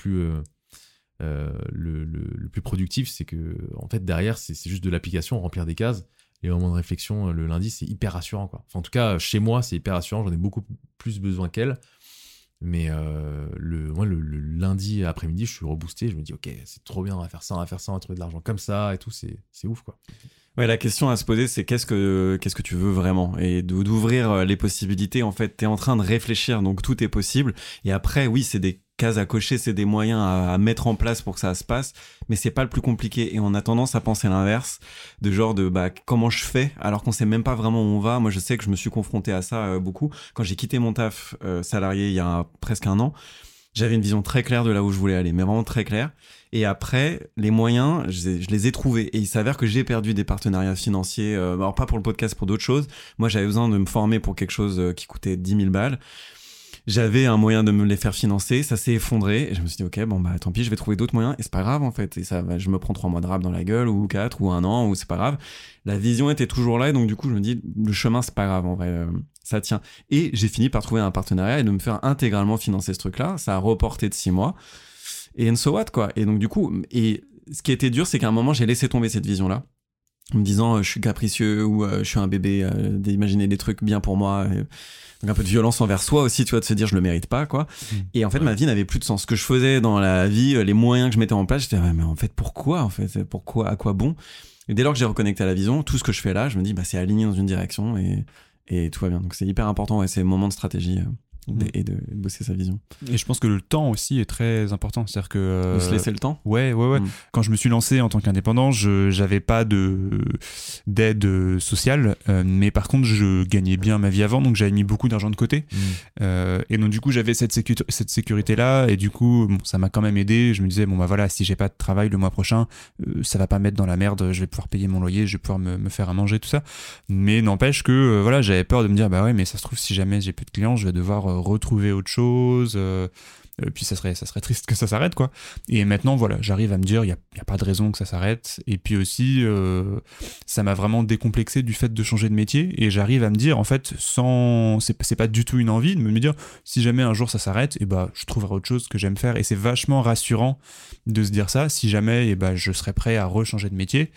plus productif. C'est que, en fait, derrière, c'est juste de l'application, remplir des cases. Les moments de réflexion le lundi, c'est hyper rassurant, quoi. Enfin, en tout cas, chez moi, c'est hyper rassurant. J'en ai beaucoup plus besoin qu'elle. Mais le lundi après-midi, je suis reboosté. Je me dis, ok, c'est trop bien, on va faire ça, on va trouver de l'argent comme ça et tout. C'est ouf, quoi.
Ouais, la question à se poser, c'est qu'est-ce que tu veux vraiment, et d'ouvrir les possibilités. En fait, t'es en train de réfléchir, donc tout est possible. Et après, oui, c'est des cases à cocher, c'est des moyens à mettre en place pour que ça se passe, mais c'est pas le plus compliqué. Et on a tendance à penser l'inverse, de genre de comment je fais, alors qu'on sait même pas vraiment où on va. Moi, je sais que je me suis confronté à ça beaucoup. Quand j'ai quitté mon taf salarié il y a presque un an, j'avais une vision très claire de là où je voulais aller, mais vraiment très claire. Et après, les moyens, je les ai trouvés. Et il s'avère que j'ai perdu des partenariats financiers, alors pas pour le podcast, pour d'autres choses. Moi, j'avais besoin de me former pour quelque chose qui coûtait 10 000 balles. J'avais un moyen de me les faire financer, ça s'est effondré. Et je me suis dit, ok, tant pis, je vais trouver d'autres moyens. Et c'est pas grave, en fait. Et je me prends 3 mois de rap dans la gueule, ou 4, ou 1 an, ou c'est pas grave. La vision était toujours là, et donc du coup, je me dis, le chemin, c'est pas grave, en vrai. Ça tient. Et j'ai fini par trouver un partenariat et de me faire intégralement financer ce truc-là. Ça a reporté de 6 mois. Et so what, quoi. Et donc, du coup, ce qui était dur, c'est qu'à un moment, j'ai laissé tomber cette vision-là, en me disant, je suis capricieux, ou je suis un bébé, d'imaginer des trucs bien pour moi. Donc, un peu de violence envers soi aussi, tu vois, de se dire, je le mérite pas, quoi. Et en fait, ma vie n'avait plus de sens. Ce que je faisais dans la vie, les moyens que je mettais en place, j'étais, mais en fait, pourquoi, en fait? Pourquoi, à quoi bon? Et dès lors que j'ai reconnecté à la vision, tout ce que je fais là, je me dis, c'est aligné dans une direction et tout va bien. Donc, c'est hyper important, ces moments de stratégie. Et de bosser sa vision.
Et je pense que le temps aussi est très important. C'est-à-dire que
de se laisser le temps.
Ouais. Quand je me suis lancé en tant qu'indépendant, j'avais pas d'aide sociale, mais par contre je gagnais bien ma vie avant, donc j'avais mis beaucoup d'argent de côté. Et donc du coup j'avais cette sécurité là, et du coup ça m'a quand même aidé. Je me disais voilà, si j'ai pas de travail le mois prochain, ça va pas me mettre dans la merde, je vais pouvoir payer mon loyer, je vais pouvoir me faire à manger, tout ça. Mais n'empêche que voilà, j'avais peur de me dire ouais, mais ça se trouve, si jamais j'ai plus de clients, je vais devoir retrouver autre chose, puis ça serait triste que ça s'arrête, quoi. Et maintenant voilà, j'arrive à me dire il y a pas de raison que ça s'arrête. Et puis aussi ça m'a vraiment décomplexé du fait de changer de métier, et j'arrive à me dire en fait, c'est pas du tout une envie de me dire si jamais un jour ça s'arrête, et je trouverai autre chose que j'aime faire. Et c'est vachement rassurant de se dire ça. Si jamais je serais prêt à rechanger de métier,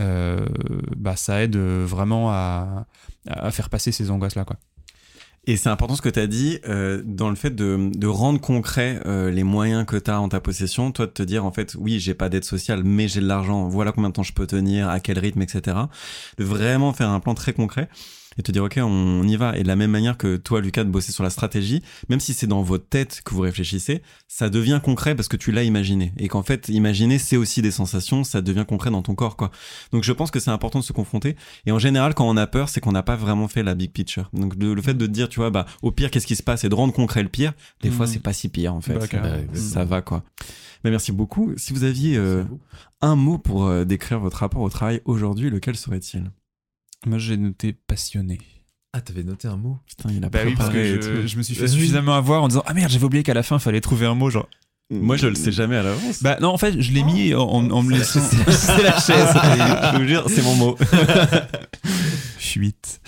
ça aide vraiment à faire passer ces angoisses là, quoi.
Et c'est important ce que tu as dit, dans le fait de rendre concret les moyens que tu as en ta possession, toi de te dire en fait, oui, j'ai pas d'aide sociale, mais j'ai de l'argent, voilà combien de temps je peux tenir, à quel rythme, etc. De vraiment faire un plan très concret et te dire ok, on y va. Et de la même manière que toi, Lucas, de bosser sur la stratégie, même si c'est dans votre tête que vous réfléchissez, ça devient concret parce que tu l'as imaginé, et qu'en fait imaginer, c'est aussi des sensations, ça devient concret dans ton corps, quoi. Donc je pense que c'est important de se confronter, et en général quand on a peur, c'est qu'on n'a pas vraiment fait la big picture. Donc le fait de te dire, tu vois, au pire qu'est-ce qui se passe, et de rendre concret le pire, des fois c'est pas si pire en fait. Ça va, quoi. Merci beaucoup. Si vous aviez un mot pour décrire votre rapport au travail aujourd'hui, lequel serait-il?
Moi, j'ai noté passionné.
Ah, t'avais noté un mot?
Putain, il a préparé.
Oui, parce que je me suis fait suffisamment avoir en disant ah merde, j'avais oublié qu'à la fin, il fallait trouver un mot, genre.
Moi, je le sais jamais à l'avance.
Non, en fait, je l'ai mis en me laissant.
C'est la chaise. Je vous jure, c'est mon mot.
Fuite.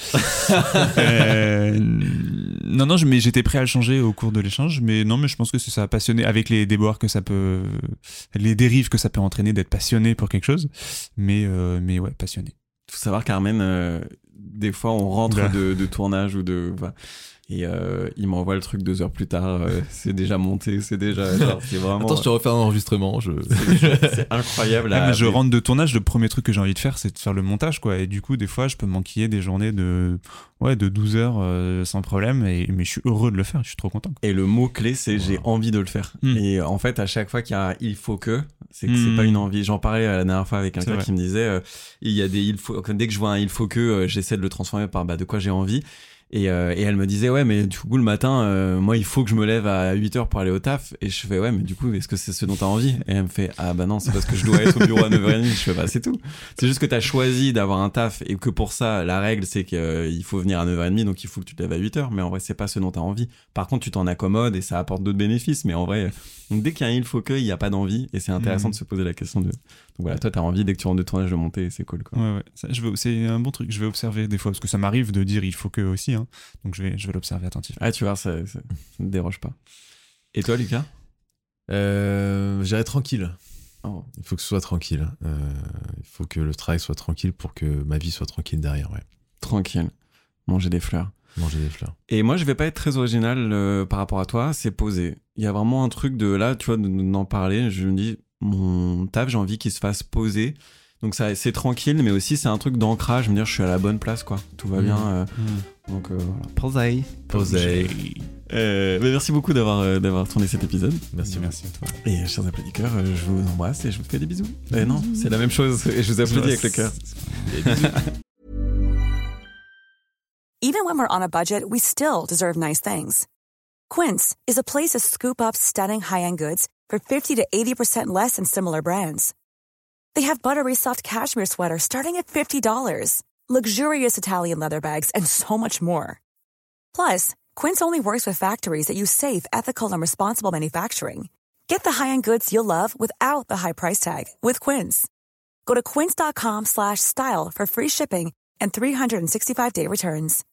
Non, mais j'étais prêt à le changer au cours de l'échange, mais je pense que c'est ça, passionné, avec les déboires que ça peut, les dérives que ça peut entraîner d'être passionné pour quelque chose, mais ouais, passionné.
Faut savoir, Carmen, des fois on rentre de tournage ou de Et il m'envoie le truc 2 heures plus tard. C'est déjà monté, c'est déjà. Genre, c'est vraiment.
Attends, je te refais un enregistrement.
C'est incroyable.
Mais je rentre de tournage, le premier truc que j'ai envie de faire, c'est de faire le montage, quoi. Et du coup, des fois, je peux m'enquiller des journées de 12 heures sans problème. Mais je suis heureux de le faire, je suis trop content.
Et le mot-clé, c'est j'ai envie de le faire. Et en fait, à chaque fois qu'il y a il faut que, c'est pas une envie. J'en parlais la dernière fois avec quelqu'un qui me disait il y a des il faut. Dès que je vois un il faut que, j'essaie de le transformer par de quoi j'ai envie. Et elle me disait ouais mais du coup le matin moi il faut que je me lève à 8h pour aller au taf. Et je fais ouais mais du coup est-ce que c'est ce dont t'as envie? Et elle me fait ah bah non c'est parce que je dois être au bureau à 9h30. Je fais bah c'est tout, c'est juste que t'as choisi d'avoir un taf et que pour ça la règle c'est qu'il faut venir à 9h30 donc il faut que tu te lèves à 8h. Mais en vrai c'est pas ce dont t'as envie. Par contre tu t'en accommodes et ça apporte d'autres bénéfices. Mais en vrai donc dès qu'il y a un il faut que, il y a pas d'envie. Et c'est intéressant de se poser la question de donc voilà, toi t'as envie dès que tu rentres de tournage de monter, c'est cool quoi.
Ouais. C'est un bon truc, je vais observer des fois parce que ça m'arrive de dire il faut que aussi hein. Donc je vais l'observer attentivement.
Ah tu vois, ça ne déroge pas. Et toi Lucas?
J'irai tranquille.
Oh.
Il faut que ce soit tranquille. Il faut que le travail soit tranquille pour que ma vie soit tranquille derrière, ouais.
Tranquille. Manger des fleurs. Et moi, je vais pas être très original par rapport à toi, c'est poser. Il y a vraiment un truc de là, tu vois, d'en parler. Je me dis, mon taf, j'ai envie qu'il se fasse poser. Donc ça, c'est tranquille, mais aussi c'est un truc d'ancrage. Je me dire, je suis à la bonne place, quoi. Tout va bien. Donc voilà.
Poser.
Merci beaucoup d'avoir tourné cet épisode.
Merci à toi.
Et chers applaudisseurs, je vous embrasse et je vous fais des bisous. Non, c'est la même chose. Et je vous applaudis avec le cœur. Des bisous.
Even when we're on a budget, we still deserve nice things. Quince is a place to scoop up stunning high-end goods for 50 to 80% less than similar brands. They have buttery soft cashmere sweaters starting at $50, luxurious Italian leather bags, and so much more. Plus, Quince only works with factories that use safe, ethical, and responsible manufacturing. Get the high-end goods you'll love without the high price tag with Quince. Go to quince.com/style for free shipping and 365-day returns.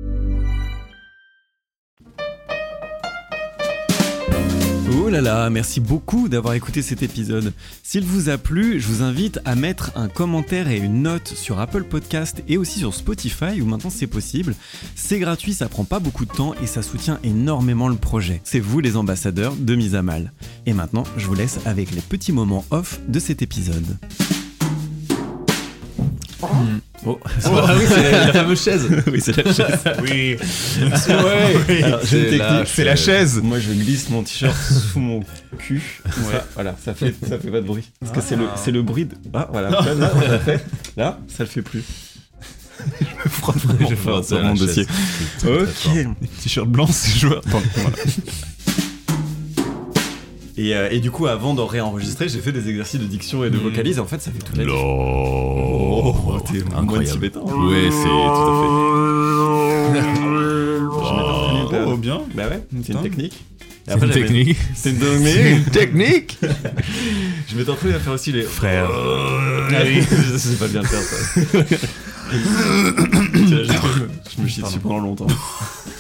Oh là là, merci beaucoup d'avoir écouté cet épisode. S'il vous a plu, je vous invite à mettre un commentaire et une note sur Apple Podcast et aussi sur Spotify où maintenant c'est possible. C'est gratuit, ça prend pas beaucoup de temps et ça soutient énormément le projet. C'est vous les ambassadeurs de Mise à Mal. Et maintenant, je vous laisse avec les petits moments off de cet épisode.
Oh, ah oui, c'est la fameuse chaise.
Oui, c'est la chaise.
Oui.
Ouais. Alors, j'ai une technique.
C'est la chaise.
Moi, je glisse mon t-shirt sous mon cul. Ouais. Voilà, ça fait pas de bruit. Parce que c'est le bruit de... Ah, voilà. Là, on l'a fait. Là, ça le fait plus.
Je me frotte vraiment
sur mon dossier. Ok.
T-shirt blanc, c'est joueur. Voilà.
Et du coup, avant de réenregistrer, j'ai fait des exercices de diction et de vocalise. Et en fait, ça fait toute la différence. Oh, t'es incroyable. Tibétain.
Oui, c'est tout à fait.
Oh, bien. Bah ouais, c'est une technique.
C'est une technique.
C'est une
technique.
Je m'étais retrouvé à faire aussi les
frères.
Ah oui, je sais pas bien le faire ça. Je me chie dessus pendant longtemps.